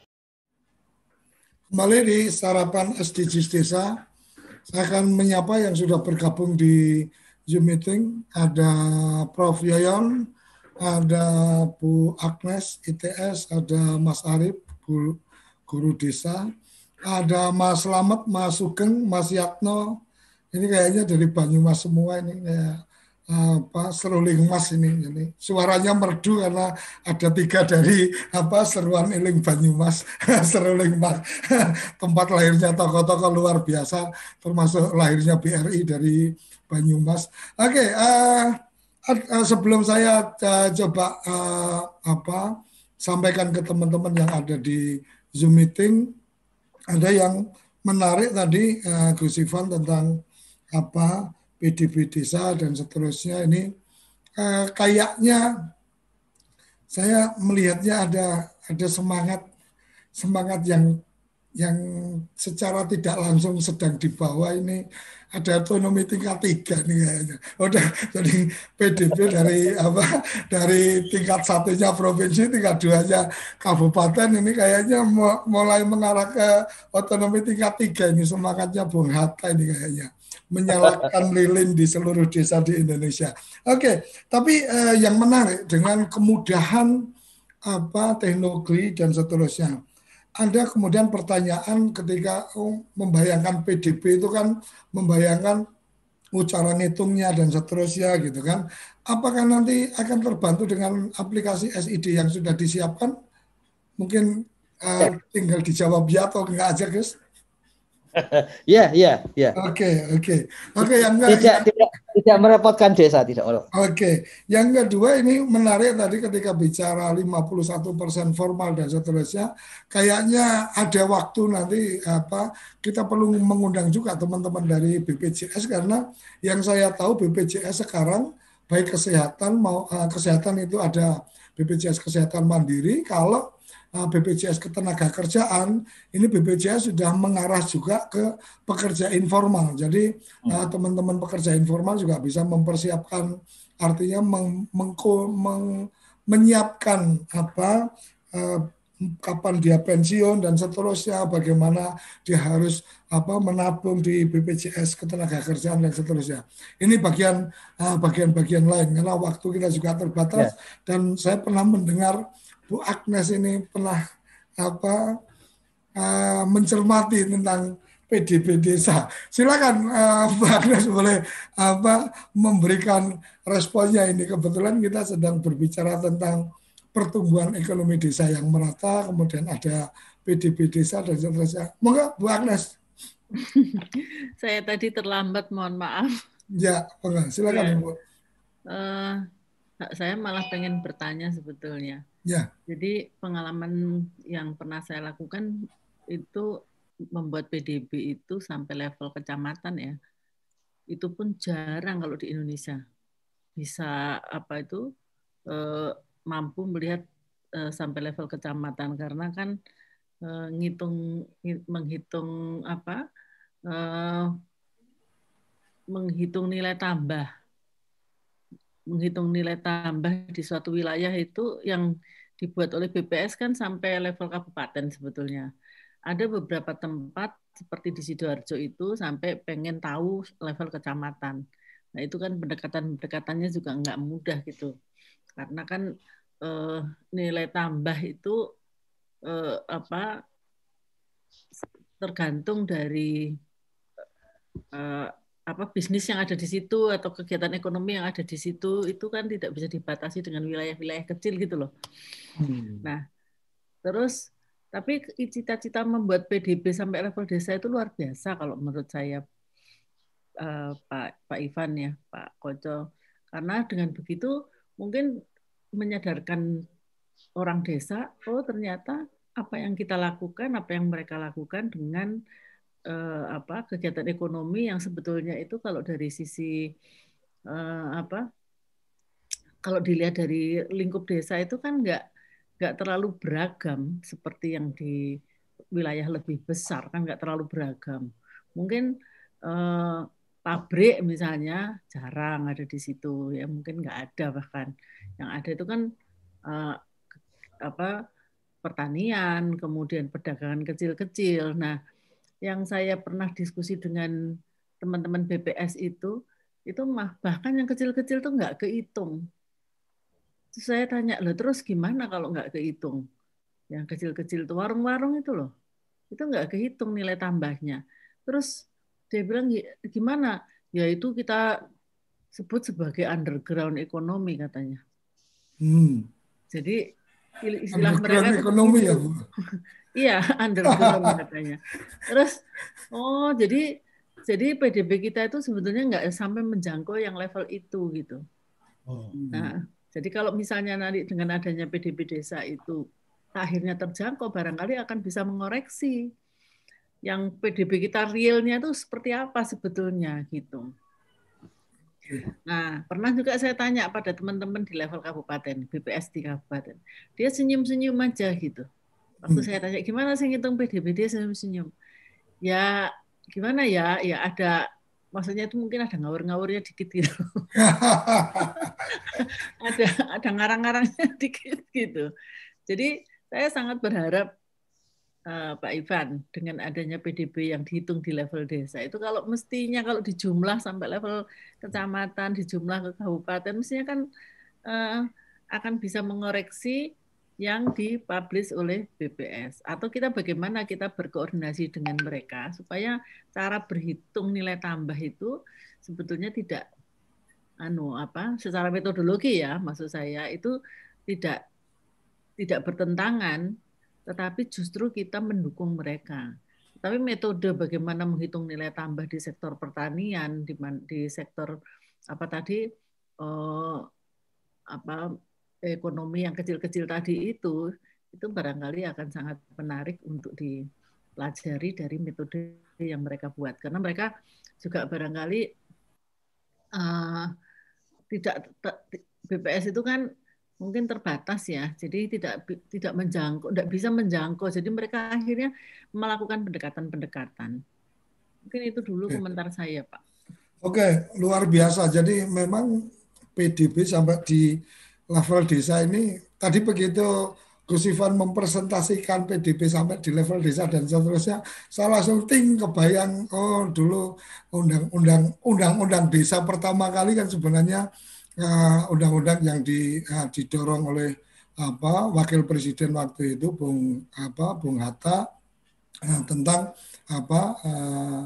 Kembali di sarapan S D Gs Desa, saya akan menyapa yang sudah bergabung di Zoom meeting. Ada Prof Yoyon, ada Bu Agnes I T S, ada Mas Arif, guru, guru desa, ada Mas Slamet, Mas Sugeng, Mas Yatno. Ini kayaknya dari Banyumas semua ini kayak apa seruling mas ini, ini suaranya merdu karena ada tiga dari apa seruan eling Banyumas. Seruling mas tempat lahirnya tokoh-tokoh luar biasa termasuk lahirnya B R I dari Banyumas. Oke, okay, uh, uh, sebelum saya uh, coba uh, apa sampaikan ke teman-teman yang ada di Zoom meeting, ada yang menarik tadi uh, Gus Ivan tentang apa P D B desa dan seterusnya. Ini eh, kayaknya saya melihatnya ada ada semangat semangat yang yang secara tidak langsung sedang dibawa ini ada otonomi tingkat tiga nih kayaknya. Udah jadi P D B dari apa dari tingkat satunya provinsi, tingkat duanya kabupaten ini kayaknya mulai mengarah ke otonomi tingkat tiga ini semangatnya Bung Hatta ini kayaknya menyalakan lilin di seluruh desa di Indonesia. Oke, tapi eh, yang menarik dengan kemudahan apa teknologi dan seterusnya. Ada kemudian pertanyaan ketika oh, membayangkan P D B itu kan membayangkan oh, cara ngitungnya dan seterusnya gitu kan. Apakah nanti akan terbantu dengan aplikasi S I D yang sudah disiapkan? Mungkin uh, tinggal dijawab ya atau enggak aja, guys. Ya, ya, ya. Oke, oke. Oke, yang enggak tidak, yang, tidak tidak merepotkan desa, tidak. Oke, yang kedua ini menarik tadi ketika bicara lima puluh satu persen formal dan seterusnya, kayaknya ada waktu nanti apa kita perlu mengundang juga teman-teman dari B P J S karena yang saya tahu B P J S sekarang baik kesehatan mau uh, kesehatan itu ada B P J S kesehatan mandiri, kalau B P J S ketenagakerjaan ini B P J S sudah mengarah juga ke pekerja informal. Jadi hmm. teman-teman pekerja informal juga bisa mempersiapkan, artinya meng, mengko, meng, menyiapkan apa eh, kapan dia pensiun dan seterusnya, bagaimana dia harus apa menabung di B P J S ketenagakerjaan dan seterusnya. Ini bagian bagian-bagian lain karena waktu kita juga terbatas yeah. Dan saya pernah mendengar Bu Agnes ini pernah apa uh, mencermati tentang P D B desa. Silakan uh, Bu Agnes boleh apa memberikan responnya ini. Kebetulan kita sedang berbicara tentang pertumbuhan ekonomi desa yang merata, kemudian ada P D B desa dan seterusnya. Monggo Bu Agnes. Saya tadi terlambat, mohon maaf. Ya, silakan ya. Bu. Uh, saya malah pengen bertanya sebetulnya. Ya. Jadi pengalaman yang pernah saya lakukan itu membuat P D B itu sampai level kecamatan ya. Itu pun jarang kalau di Indonesia bisa apa itu eh, mampu melihat eh, sampai level kecamatan karena kan eh, ngitung menghitung apa eh, menghitung nilai tambah menghitung nilai tambah di suatu wilayah itu yang dibuat oleh B P S kan sampai level kabupaten sebetulnya. Ada beberapa tempat seperti di Sidoarjo itu sampai pengen tahu level kecamatan. Nah itu kan pendekatan-pendekatannya juga nggak mudah gitu. Karena kan eh, nilai tambah itu eh, apa tergantung dari eh, apa bisnis yang ada di situ atau kegiatan ekonomi yang ada di situ itu kan tidak bisa dibatasi dengan wilayah-wilayah kecil gitu loh. Hmm. Nah, terus tapi cita-cita membuat P D B sampai level desa itu luar biasa kalau menurut saya uh, Pak Pak Ivan ya, Pak Koco. Karena dengan begitu mungkin menyadarkan orang desa, oh ternyata apa yang kita lakukan, apa yang mereka lakukan dengan Eh, apa kegiatan ekonomi yang sebetulnya itu kalau dari sisi eh, apa kalau dilihat dari lingkup desa itu kan nggak nggak terlalu beragam seperti yang di wilayah lebih besar kan nggak terlalu beragam. Mungkin eh, pabrik misalnya jarang ada di situ ya mungkin nggak ada bahkan yang ada itu kan eh, apa pertanian kemudian perdagangan kecil-kecil. Nah yang saya pernah diskusi dengan teman-teman B P S itu, itu mah bahkan yang kecil-kecil tuh nggak kehitung. Terus saya tanya, loh terus gimana kalau nggak kehitung? Yang kecil-kecil tuh warung-warung itu loh, itu nggak kehitung nilai tambahnya. Terus dia bilang gimana? Ya itu kita sebut sebagai underground ekonomi katanya. Hmm. Jadi istilah mereka ekonomi ya Bu. Iya, underground katanya. Terus, oh jadi jadi P D B kita itu sebetulnya nggak sampai menjangkau yang level itu gitu. Oh. Nah, jadi kalau misalnya nanti dengan adanya P D B desa itu akhirnya terjangkau, barangkali akan bisa mengoreksi yang P D B kita realnya itu seperti apa sebetulnya gitu. Nah, pernah juga saya tanya pada teman-teman di level kabupaten, B P S di kabupaten, dia senyum-senyum aja gitu. Waktu saya tanya gimana sih ngitung P D B, dia senyum-senyum. Ya gimana ya, ya ada, maksudnya itu mungkin ada ngawur-ngawurnya dikit gitu. ada ada ngarang-ngarangnya dikit gitu. Jadi saya sangat berharap uh, Pak Ivan dengan adanya P D B yang dihitung di level desa itu, kalau mestinya kalau dijumlah sampai level kecamatan, dijumlah ke kabupaten, mestinya kan uh, akan bisa mengoreksi yang dipublish oleh B P S, atau kita bagaimana kita berkoordinasi dengan mereka supaya cara berhitung nilai tambah itu sebetulnya tidak anu apa secara metodologi ya, maksud saya itu tidak tidak bertentangan, tetapi justru kita mendukung mereka. Tapi metode bagaimana menghitung nilai tambah di sektor pertanian, di, di sektor apa tadi eh, apa ekonomi yang kecil-kecil tadi itu, itu barangkali akan sangat menarik untuk dipelajari dari metode yang mereka buat. Karena mereka juga barangkali uh, tidak, B P S itu kan mungkin terbatas ya, jadi tidak tidak menjangkau, tidak bisa menjangkau. Jadi mereka akhirnya melakukan pendekatan-pendekatan. Mungkin itu dulu komentar saya, Pak. Oke, luar biasa. Jadi memang P D B sampai di level desa ini, tadi begitu Gus Ivan mempresentasikan P D B sampai di level desa dan seterusnya, saya langsung ting kebayang, oh dulu undang-undang undang-undang desa pertama kali kan sebenarnya uh, undang-undang yang di, uh, didorong oleh apa Wakil Presiden waktu itu Bung apa Bung Hatta uh, tentang apa uh,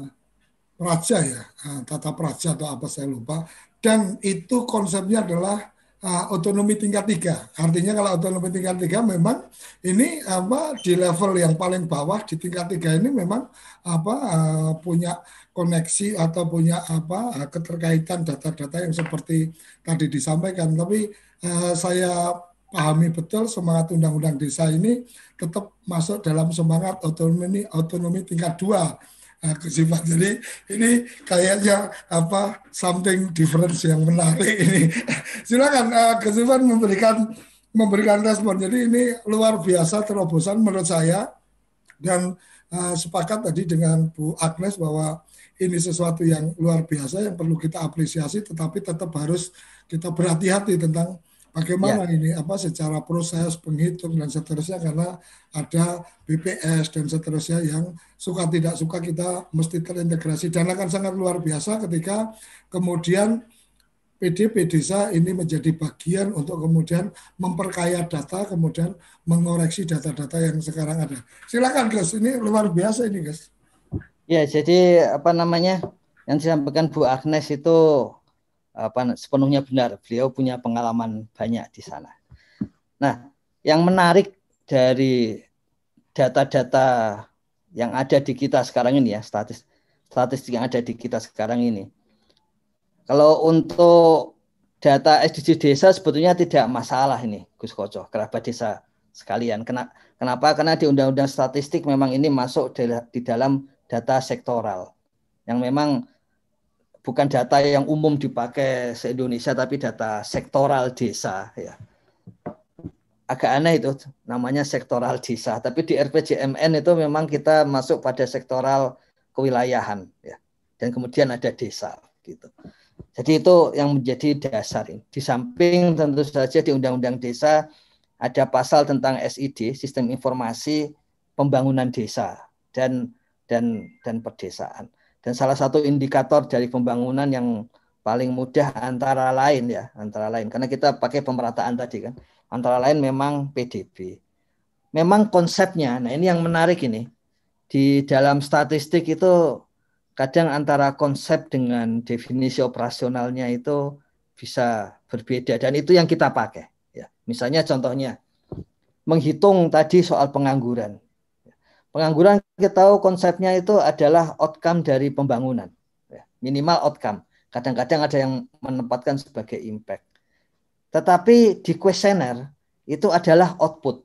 Praja ya, uh, tata praja atau apa saya lupa, dan itu konsepnya adalah Uh, otonomi tingkat tiga. Artinya kalau otonomi tingkat tiga memang ini apa di level yang paling bawah di tingkat tiga ini memang apa uh, punya koneksi atau punya apa uh, keterkaitan data-data yang seperti tadi disampaikan. Tapi uh, saya pahami betul semangat undang-undang desa ini tetap masuk dalam semangat otonomi otonomi tingkat dua. Nah, Kusifat. Jadi ini kayaknya apa something difference yang menarik ini. Silakan uh, Kusifat memberikan memberikan respon. Jadi ini luar biasa terobosan menurut saya, dan uh, sepakat tadi dengan Bu Agnes bahwa ini sesuatu yang luar biasa yang perlu kita apresiasi, tetapi tetap harus kita berhati-hati tentang bagaimana ya. Ini apa secara proses penghitung dan seterusnya, karena ada B P S dan seterusnya yang suka tidak suka kita mesti terintegrasi, dan akan sangat luar biasa ketika kemudian P D B desa ini menjadi bagian untuk kemudian memperkaya data, kemudian mengoreksi data-data yang sekarang ada. Silakan Gus, ini luar biasa ini Gus. Ya, jadi apa namanya yang disampaikan Bu Agnes itu apa sepenuhnya benar, beliau punya pengalaman banyak di sana. Nah, yang menarik dari data-data yang ada di kita sekarang ini ya, statistik statistik yang ada di kita sekarang ini. Kalau untuk data S D G desa sebetulnya tidak masalah ini, Gus Koco, kerabat desa sekalian. Kenapa? Karena di Undang-Undang Statistik memang ini masuk di dalam data sektoral yang memang bukan data yang umum dipakai se-Indonesia, tapi data sektoral desa ya. Agak aneh itu namanya sektoral desa, tapi di R P J M N itu memang kita masuk pada sektoral kewilayahan ya. Dan kemudian ada desa gitu. Jadi itu yang menjadi dasar ini. Di samping tentu saja di Undang-Undang Desa ada pasal tentang S I D, Sistem Informasi Pembangunan Desa dan dan dan Perdesaan. Dan salah satu indikator dari pembangunan yang paling mudah antara lain ya, antara lain karena kita pakai pemerataan tadi kan, antara lain memang P D B. Memang konsepnya, nah ini yang menarik ini, di dalam statistik itu kadang antara konsep dengan definisi operasionalnya itu bisa berbeda, dan itu yang kita pakai. Ya. Misalnya contohnya, menghitung tadi soal pengangguran. Pengangguran kita tahu konsepnya itu adalah outcome dari pembangunan, minimal outcome. Kadang-kadang ada yang menempatkan sebagai impact. Tetapi di kuesioner itu adalah output.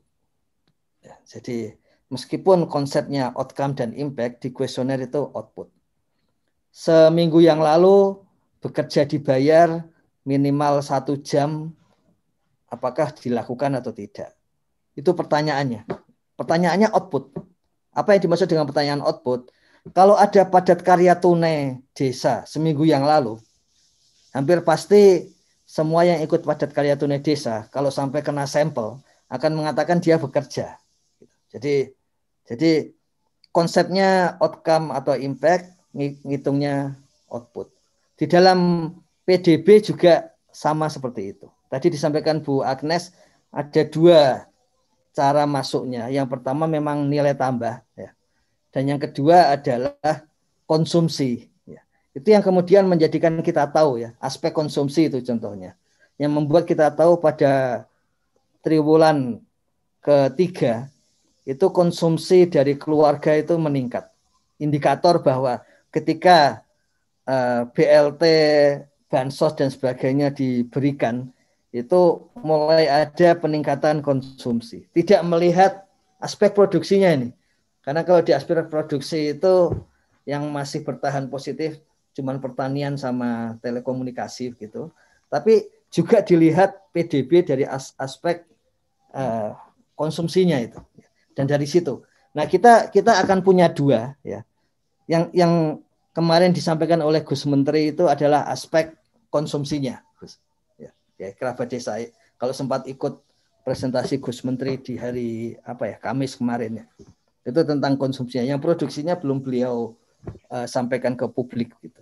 Jadi meskipun konsepnya outcome dan impact, di kuesioner itu output. Seminggu yang lalu bekerja dibayar minimal satu jam, apakah dilakukan atau tidak? Itu pertanyaannya. Pertanyaannya output. Apa yang dimaksud dengan pertanyaan output? Kalau ada padat karya tunai desa seminggu yang lalu, hampir pasti semua yang ikut padat karya tunai desa, kalau sampai kena sampel, akan mengatakan dia bekerja. Jadi, jadi konsepnya outcome atau impact, ngitungnya output. Di dalam P D B juga sama seperti itu. Tadi disampaikan Bu Agnes, ada dua cara masuknya. Yang pertama memang nilai tambah, ya. Dan yang kedua adalah konsumsi. Ya. Itu yang kemudian menjadikan kita tahu, ya, aspek konsumsi itu contohnya. Yang membuat kita tahu pada triwulan ketiga itu konsumsi dari keluarga itu meningkat. Indikator bahwa ketika uh, B L T, bansos dan sebagainya diberikan, itu mulai ada peningkatan konsumsi. Tidak melihat aspek produksinya ini. Karena kalau di aspek produksi itu yang masih bertahan positif cuman pertanian sama telekomunikasi gitu. Tapi juga dilihat P D B dari as- aspek uh, konsumsinya itu. Dan dari situ. Nah, kita kita akan punya dua, ya. Yang yang kemarin disampaikan oleh Gus Menteri itu adalah aspek konsumsinya, Gus. Ya, kerabat desa. Kalau sempat ikut presentasi Gus Menteri di hari apa ya Kamis kemarin, ya, itu tentang konsumsinya. Yang produksinya belum beliau uh, sampaikan ke publik gitu.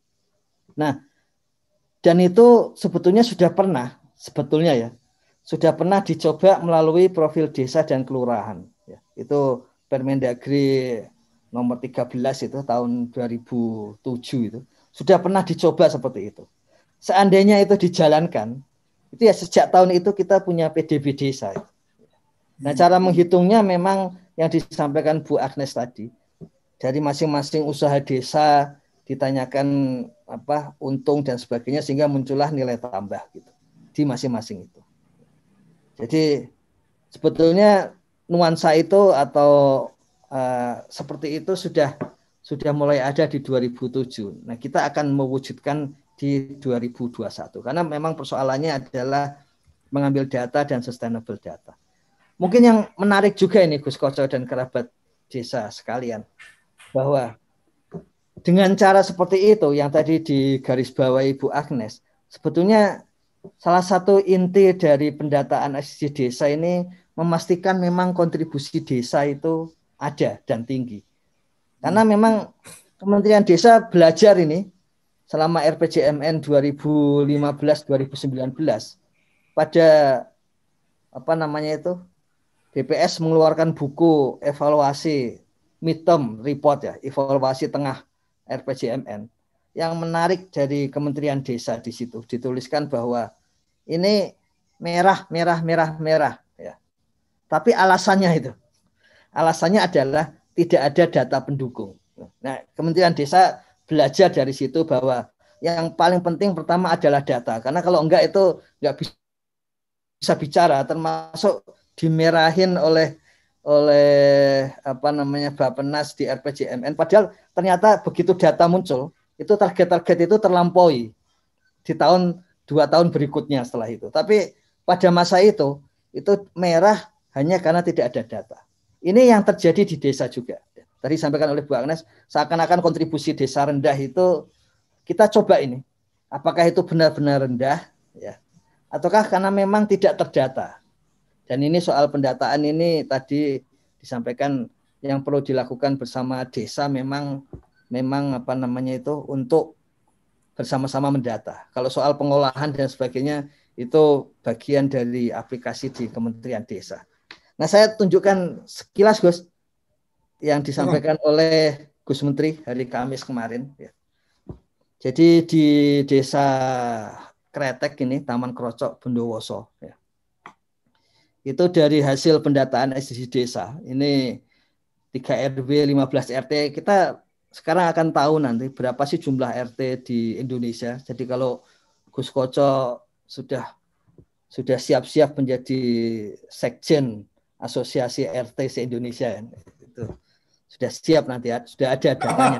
Nah, dan itu sebetulnya sudah pernah, sebetulnya ya, sudah pernah dicoba melalui profil desa dan kelurahan. Ya, itu Permendagri nomor tiga belas itu tahun dua ribu tujuh itu sudah pernah dicoba seperti itu. Seandainya itu dijalankan, itu ya sejak tahun itu kita punya P D B desa. Nah, cara menghitungnya memang yang disampaikan Bu Agnes tadi, dari masing-masing usaha desa ditanyakan apa untung dan sebagainya sehingga muncullah nilai tambah gitu di masing-masing itu. Jadi sebetulnya nuansa itu atau uh, seperti itu sudah sudah mulai ada di dua ribu tujuh. Nah, kita akan mewujudkan di dua ribu dua puluh satu karena memang persoalannya adalah mengambil data dan sustainable data. Mungkin yang menarik juga ini Gus Koco dan kerabat desa sekalian, bahwa dengan cara seperti itu yang tadi digarisbawahi Bu Agnes, sebetulnya salah satu inti dari pendataan S D G desa ini memastikan memang kontribusi desa itu ada dan tinggi. Karena memang Kementerian Desa belajar ini selama R P J M N dua ribu lima belas dua ribu sembilan belas pada apa namanya itu D P S mengeluarkan buku evaluasi midterm report ya, evaluasi tengah R P J M N. Yang menarik dari Kementerian Desa di situ dituliskan bahwa ini merah merah merah merah ya. Tapi alasannya itu. Alasannya adalah tidak ada data pendukung. Nah, Kementerian Desa belajar dari situ bahwa yang paling penting pertama adalah data, karena kalau enggak itu enggak bisa bicara, termasuk dimerahin oleh oleh apa namanya Bappenas di R P J M N, padahal ternyata begitu data muncul itu target-target itu terlampaui di tahun dua tahun berikutnya setelah itu. Tapi pada masa itu itu merah hanya karena tidak ada data. Ini yang terjadi di desa juga. Tadi disampaikan oleh Bu Agnes, seakan-akan kontribusi desa rendah itu kita coba ini, apakah itu benar-benar rendah, ya, ataukah karena memang tidak terdata. Dan ini soal pendataan ini tadi disampaikan yang perlu dilakukan bersama desa memang memang apa namanya itu untuk bersama-sama mendata. Kalau soal pengolahan dan sebagainya itu bagian dari aplikasi di Kementerian Desa. Nah, saya tunjukkan sekilas Gus yang disampaikan oleh Gus Menteri hari Kamis kemarin. Ya. Jadi di desa Kretek ini, Taman Krocok, Bondowoso. Ya. Itu dari hasil pendataan S D G desa. Ini tiga R W, lima belas R T. Kita sekarang akan tahu nanti berapa sih jumlah R T di Indonesia. Jadi kalau Gus Koco sudah sudah siap-siap menjadi sekjen Asosiasi R T se-Indonesia, itu sudah siap nanti, sudah ada datanya.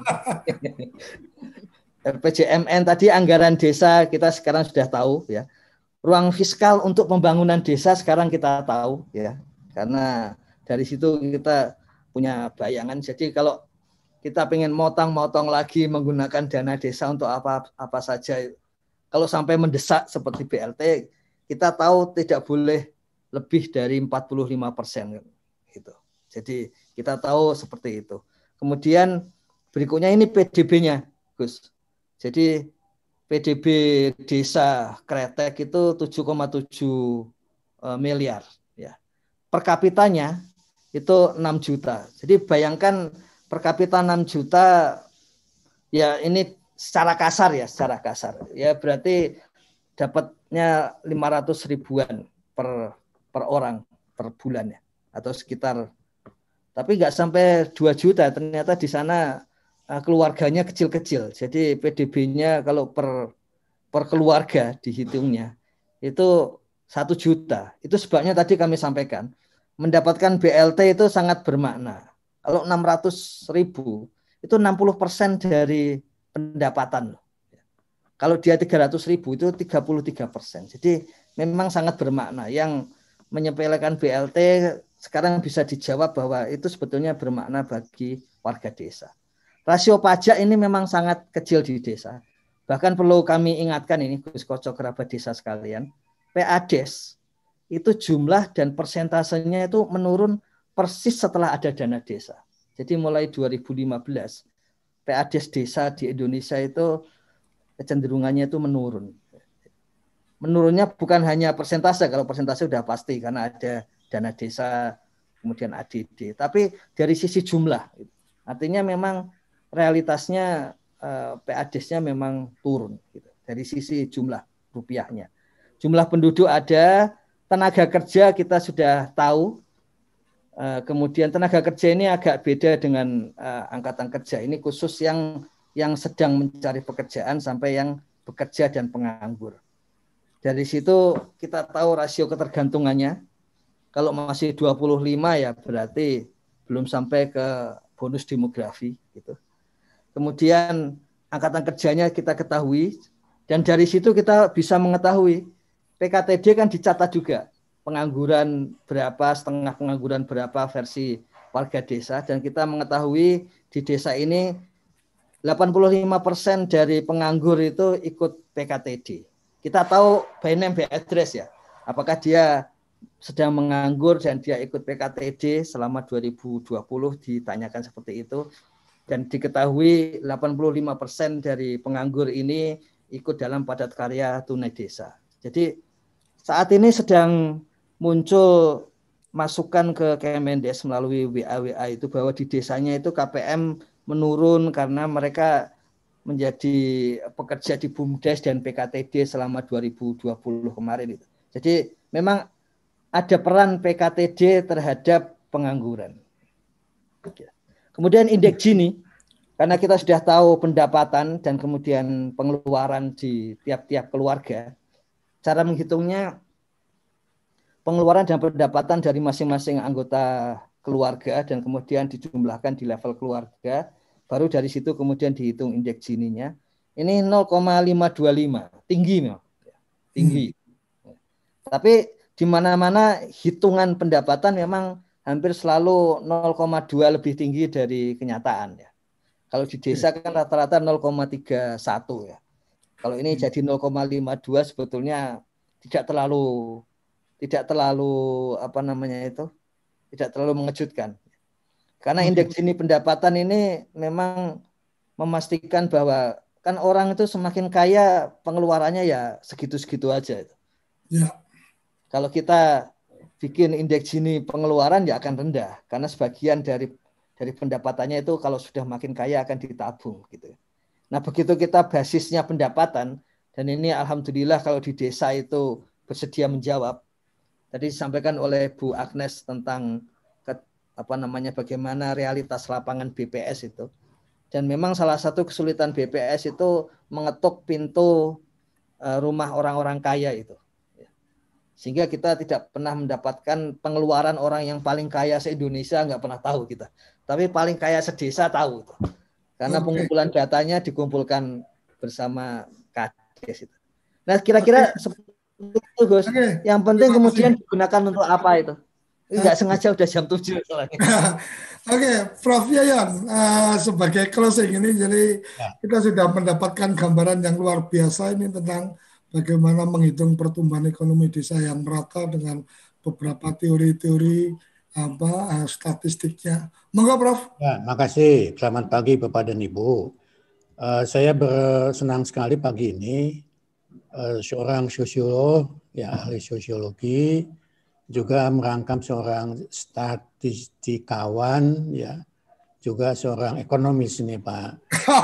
R P J M N tadi anggaran desa kita sekarang sudah tahu ya. Ruang fiskal untuk pembangunan desa sekarang kita tahu ya. Karena Dari situ kita punya bayangan. Jadi kalau kita pengen motong-motong lagi menggunakan dana desa untuk apa apa saja, kalau sampai mendesak seperti B L T, kita tahu tidak boleh lebih dari empat puluh lima persen gitu. Jadi kita tahu seperti itu. Kemudian berikutnya ini P D B-nya, Gus. Jadi P D B desa Kretek itu tujuh koma tujuh miliar ya. Per kapitanya itu enam juta. Jadi bayangkan per kapita enam juta, ya ini secara kasar ya, secara kasar. Ya berarti dapatnya lima ratus ribuan per per orang per bulan ya, atau sekitar, tapi nggak sampai dua juta. Ternyata di sana keluarganya kecil-kecil. Jadi P D B-nya kalau per per keluarga dihitungnya itu satu juta. Itu sebabnya tadi kami sampaikan mendapatkan B L T itu sangat bermakna. Kalau enam ratus ribu itu enam puluh persen dari pendapatan. Kalau dia tiga ratus ribu itu tiga puluh tiga persen. Jadi memang sangat bermakna. Yang menyepelekan B L T sekarang bisa dijawab bahwa itu sebetulnya bermakna bagi warga desa. Rasio pajak ini memang sangat kecil di desa. Bahkan perlu kami ingatkan ini, Gus Koco, kerabat desa sekalian, P A D E S itu jumlah dan persentasenya itu menurun persis setelah ada dana desa. Jadi mulai dua ribu lima belas P A D E S desa di Indonesia itu kecenderungannya itu menurun. Menurunnya bukan hanya persentase, kalau persentase sudah pasti karena ada dana desa, kemudian A D D, tapi dari sisi jumlah. Artinya memang realitasnya P A D E S-nya memang turun gitu, dari sisi jumlah rupiahnya. Jumlah penduduk ada, tenaga kerja kita sudah tahu. Kemudian tenaga kerja ini agak beda dengan angkatan kerja. Ini khusus yang yang sedang mencari pekerjaan sampai yang bekerja dan penganggur. Dari situ kita tahu rasio ketergantungannya. Kalau masih dua puluh lima ya berarti belum sampai ke bonus demografi gitu. Kemudian angkatan kerjanya kita ketahui, dan dari situ kita bisa mengetahui P K T D kan dicatat juga. Pengangguran berapa, setengah pengangguran berapa versi warga desa, dan kita mengetahui di desa ini delapan puluh lima persen dari penganggur itu ikut P K T D. Kita tahu by name by address ya, apakah dia sedang menganggur dan dia ikut P K T D selama dua ribu dua puluh, ditanyakan seperti itu, dan diketahui delapan puluh lima persen dari penganggur ini ikut dalam padat karya tunai desa. Jadi saat ini sedang muncul masukan ke Kemendes melalui W A W A itu bahwa di desanya itu K P M menurun karena mereka menjadi pekerja di BUMDes dan P K T D selama dua ribu dua puluh kemarin itu. Jadi memang ada peran P K T D terhadap pengangguran. Kemudian indeks Gini, karena kita sudah tahu pendapatan dan kemudian pengeluaran di tiap-tiap keluarga, cara menghitungnya pengeluaran dan pendapatan dari masing-masing anggota keluarga dan kemudian dijumlahkan di level keluarga, baru dari situ kemudian dihitung indeks Gini-nya. Ini nol koma lima dua lima, tinggi memang. Tinggi. Hmm. Tapi di mana-mana hitungan pendapatan memang hampir selalu nol koma dua lebih tinggi dari kenyataan ya. Kalau di desa kan rata-rata nol koma tiga satu ya. Kalau ini jadi nol koma lima dua sebetulnya tidak terlalu tidak terlalu apa namanya itu tidak terlalu mengejutkan. Karena indeks Gini pendapatan ini memang memastikan bahwa kan orang itu semakin kaya pengeluarannya ya segitu-segitu aja. Ya. Kalau kita bikin indeks Gini pengeluaran ya akan rendah karena sebagian dari dari pendapatannya itu kalau sudah makin kaya akan ditabung gitu. Nah, begitu kita basisnya pendapatan, dan ini alhamdulillah kalau di desa itu bersedia menjawab. Tadi disampaikan oleh Bu Agnes tentang ke, apa namanya bagaimana realitas lapangan B P S itu. Dan memang salah satu kesulitan B P S itu mengetuk pintu uh, rumah orang-orang kaya itu. Sehingga kita tidak pernah mendapatkan pengeluaran orang yang paling kaya se-Indonesia, nggak pernah tahu kita. Tapi paling kaya sedesa tahu. Karena pengumpulan datanya dikumpulkan bersama Kades itu. Nah kira-kira seperti itu Gus. Yang penting kemudian digunakan untuk apa itu? Nggak sengaja udah jam tujuh soalnya. Oke, Prof Yayan, uh, sebagai closing ini, jadi ya. Kita sudah mendapatkan gambaran yang luar biasa ini tentang bagaimana menghitung pertumbuhan ekonomi desa yang merata dengan beberapa teori-teori apa uh, statistiknya. Monggo, Prof. Ya, makasih. Selamat pagi Bapak dan Ibu. Uh, saya bersenang sekali pagi ini uh, seorang sosiolog, ya ahli sosiologi, juga merangkap seorang statistikawan, ya, juga seorang ekonomis ini Pak.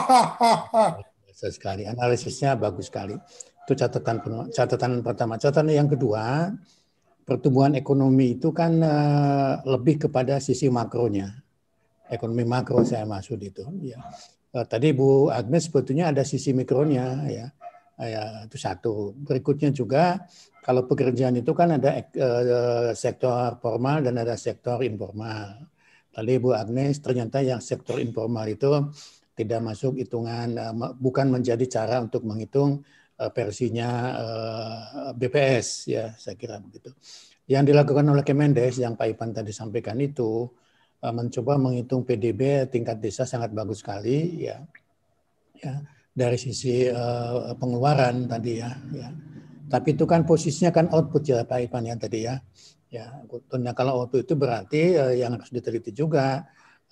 Biasa sekali, analisisnya bagus sekali. Itu catatan catatan pertama. Catatan yang kedua, pertumbuhan ekonomi itu kan uh, lebih kepada sisi makronya. Ekonomi makro saya maksud itu. Ya. Uh, tadi Bu Agnes sebetulnya ada sisi mikronya, ya. Ya, itu satu. Berikutnya juga kalau pekerjaan itu kan ada uh, sektor formal dan ada sektor informal. Tadi Bu Agnes ternyata yang sektor informal itu tidak masuk hitungan, uh, bukan menjadi cara untuk menghitung uh, versinya uh, B P S, ya saya kira begitu. Yang dilakukan oleh Kemendes yang Pak Ipan tadi sampaikan itu uh, mencoba menghitung P D B tingkat desa sangat bagus sekali, ya. Ya. Dari sisi uh, pengeluaran tadi ya, ya. Tapi itu kan posisinya kan output ya Pak Ipan ya tadi ya. Ya, nah, kalau output itu berarti uh, yang harus diteliti juga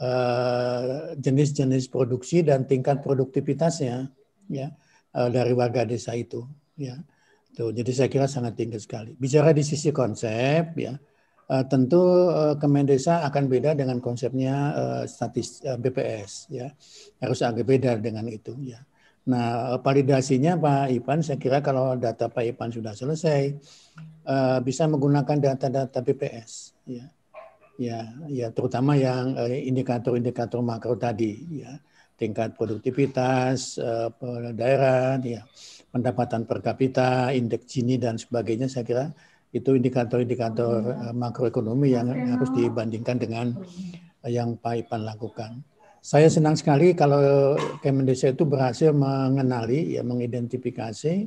uh, jenis-jenis produksi dan tingkat produktivitasnya ya uh, dari warga desa itu ya. Tuh, jadi saya kira sangat tinggi sekali. Bicara di sisi konsep ya, uh, tentu uh, Kemendesa akan beda dengan konsepnya uh, statis uh, B P S ya. Harus agak beda dengan itu ya. Nah, validasinya Pak Ipan, saya kira kalau data Pak Ipan sudah selesai, uh, bisa menggunakan data-data B P S, ya, ya, ya, terutama yang uh, indikator-indikator makro tadi, ya, tingkat produktivitas uh, daerah, ya, pendapatan per kapita, indeks Gini dan sebagainya. Saya kira itu indikator-indikator uh, makroekonomi yang harus dibandingkan dengan uh, yang Pak Ipan lakukan. Saya senang sekali kalau Kemendesa itu berhasil mengenali, ya, mengidentifikasi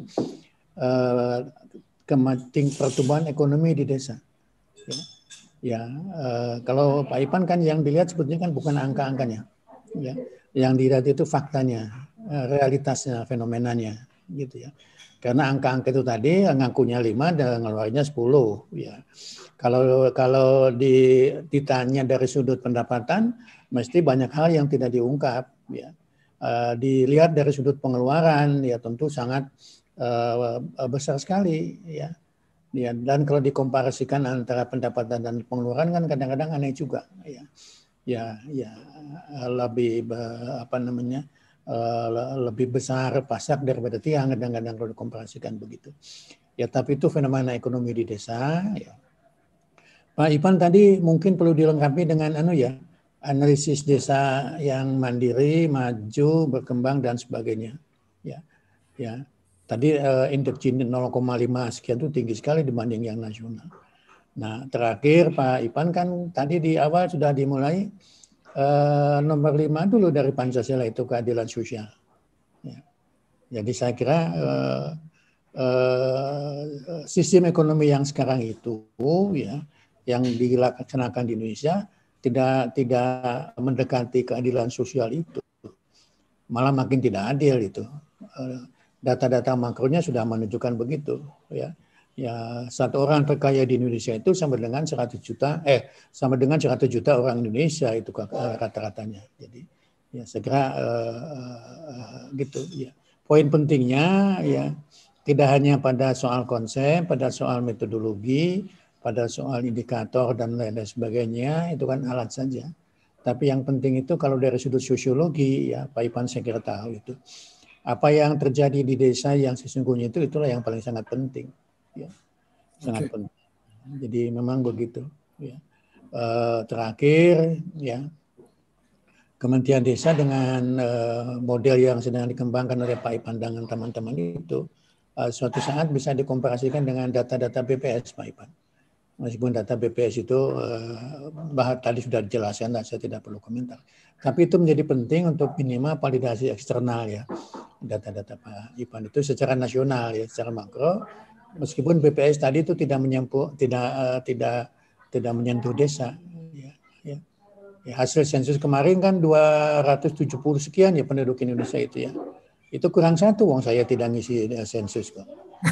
uh, kemating pertumbuhan ekonomi di desa. Ya, ya uh, kalau Pak Ipan kan yang dilihat sebetulnya kan bukan angka-angkanya, ya, yang dilihat itu faktanya, uh, realitasnya, fenomenanya, gitu ya. Karena angka-angka itu tadi ngakunya lima dan ngeluarnya sepuluh, ya. Kalau kalau di, ditanya dari sudut pendapatan, mesti banyak hal yang tidak diungkap, ya. Uh, dilihat dari sudut pengeluaran, ya tentu sangat uh, besar sekali, ya. Ya. Dan kalau dikomparasikan antara pendapatan dan pengeluaran kan kadang-kadang aneh juga, ya. Ya, ya lebih apa namanya uh, lebih besar pasak daripada tiang kadang-kadang kalau dikomparasikan begitu. Ya, tapi itu fenomena ekonomi di desa, ya. Pak Ipan tadi mungkin perlu dilengkapi dengan anu ya, analisis desa yang mandiri, maju, berkembang dan sebagainya. Ya, ya. Tadi uh, indeks Gini nol koma lima sekian itu tinggi sekali dibanding yang nasional. Nah, terakhir Pak Ipan kan tadi di awal sudah dimulai uh, nomor lima dulu dari Pancasila itu keadilan sosial. Ya. Jadi saya kira uh, uh, sistem ekonomi yang sekarang itu, ya, yang dilaksanakan di Indonesia tidak tidak mendekati keadilan sosial itu, malah makin tidak adil itu. Data-data makronya sudah menunjukkan begitu, ya. Ya, satu orang terkaya di Indonesia itu sama dengan seratus juta, eh sama dengan seratus juta orang Indonesia itu rata-ratanya. Jadi ya saya kira uh, uh, gitu ya. Poin pentingnya ya tidak hanya pada soal konsep, pada soal metodologi, pada soal indikator dan lain sebagainya, itu kan alat saja. Tapi yang penting itu kalau dari sudut sosiologi, ya Pak Ipan saya kira tahu itu. Apa yang terjadi di desa yang sesungguhnya itu, itulah yang paling sangat penting. Ya, sangat okay. penting. Jadi memang begitu. Ya. Uh, terakhir, ya Kementerian Desa dengan uh, model yang sedang dikembangkan oleh Pak Ipan dengan teman-teman itu, uh, suatu saat bisa dikomparasikan dengan data-data B P S Pak Ipan. Meskipun data B P S itu uh, bahas tadi sudah dijelaskan, saya tidak perlu komentar. Tapi itu menjadi penting untuk minimal validasi eksternal ya data-data Pak Ipan itu secara nasional ya, secara makro. Meskipun B P S tadi itu tidak menyampu, tidak uh, tidak tidak menyentuh desa. Ya, ya. Ya, hasil sensus kemarin kan dua ratus tujuh puluh sekian ya penduduk Indonesia itu ya. Itu kurang satu, wong saya tidak ngisi sensus kok.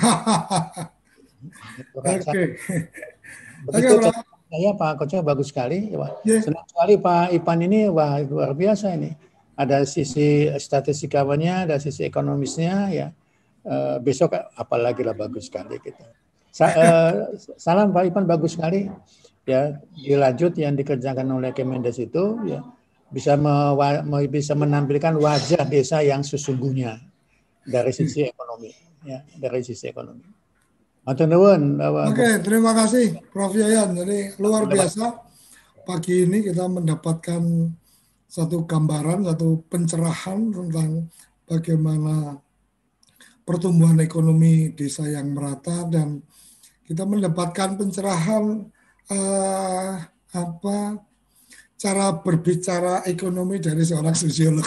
Oke. Begitu saya Pak Coachnya bagus sekali. Wah, yeah. Senang sekali Pak Ipan ini, wah luar biasa ini. Ada sisi statistikawannya, ada sisi ekonomisnya ya. Uh, besok apalagi lah bagus sekali kita. Sa uh, salam Pak Ipan, bagus sekali. Ya, dilanjut yang dikerjakan oleh Kemendes itu ya bisa me bisa menampilkan wajah desa yang sesungguhnya dari sisi ekonomi ya, dari sisi ekonomi. Matur nuwun. Oke, terima kasih Prof Yayan. Jadi luar biasa pagi ini kita mendapatkan satu gambaran, satu pencerahan tentang bagaimana pertumbuhan ekonomi desa yang merata, dan kita mendapatkan pencerahan Uh, apa cara berbicara ekonomi dari seorang sosiolog.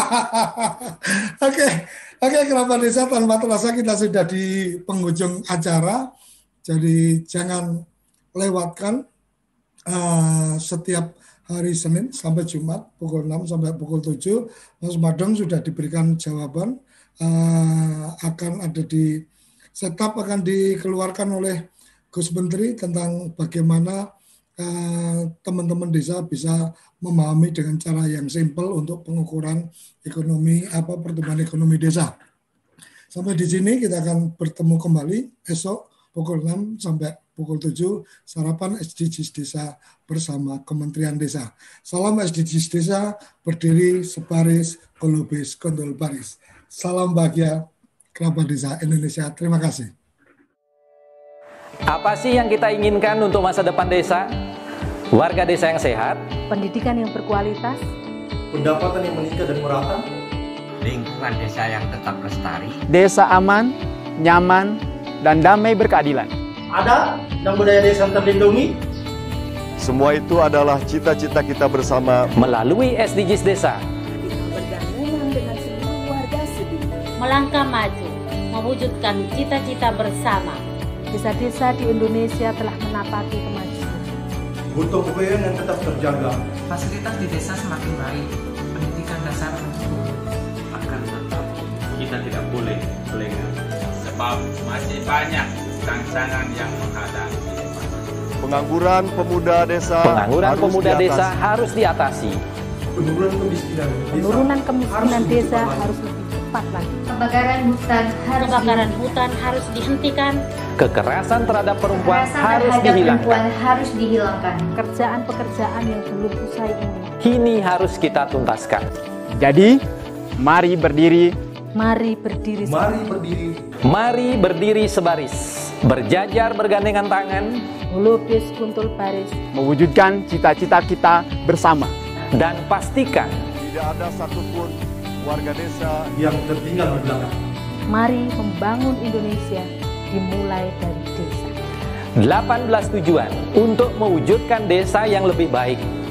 Oke, oke kerabat desa, tanpa terasa kita sudah di penghujung acara. Jadi jangan lewatkan uh, setiap hari Senin sampai Jumat pukul enam sampai pukul tujuh. Mas Madong sudah diberikan jawaban, uh, akan ada di setup, akan dikeluarkan oleh Gus Menteri tentang bagaimana teman-teman uh, desa bisa memahami dengan cara yang simpel untuk pengukuran ekonomi apa pertumbuhan ekonomi desa. Sampai di sini kita akan bertemu kembali esok pukul enam sampai pukul tujuh sarapan S D Gs Desa bersama Kementerian Desa. Salam S D Gs Desa, berdiri sebaris, kolobis, kontol baris. Salam bahagia kerabat desa Indonesia. Terima kasih. Apa sih yang kita inginkan untuk masa depan desa? Warga desa yang sehat, pendidikan yang berkualitas, pendapatan yang meningkat dan merata, lingkungan desa yang tetap lestari, desa aman, nyaman, dan damai berkeadilan. Ada dan budaya desa terlindungi. Semua itu adalah cita-cita kita bersama melalui S D Gs Desa. Bergandengan dengan seluruh warga Sebi, melangkah maju, mewujudkan cita-cita bersama. Desa-desa di Indonesia telah menapaki kemajuan. Butuh kebayaan yang tetap terjaga. Fasilitas di desa semakin baik, pendidikan dasar mencukupi. Akan tetap kita tidak boleh lengah, sebab masih banyak tantangan yang menghadang. Pengangguran pemuda desa, pengangguran harus pemuda diatasi. desa harus diatasi. Penurunan kemiskinan desa, penurunan kemiskinan harus desa harus lebih cepat lagi. Kebakaran hutan harus kebakaran hutan harus dihentikan. Kekerasan terhadap perempuan Kekerasan harus terhadap dihilangkan. perempuan harus dihilangkan. Pekerjaan-pekerjaan yang belum usai ini, kini harus kita tuntaskan. Jadi, mari berdiri. Mari berdiri. Mari berdiri. Mari berdiri sebaris, berjajar bergandengan tangan, melukis kuntul baris, mewujudkan cita-cita kita bersama. Dan pastikan tidak ada satupun warga desa yang tertinggal di belakang. Mari membangun Indonesia dimulai dari desa. delapan belas tujuan untuk mewujudkan desa yang lebih baik.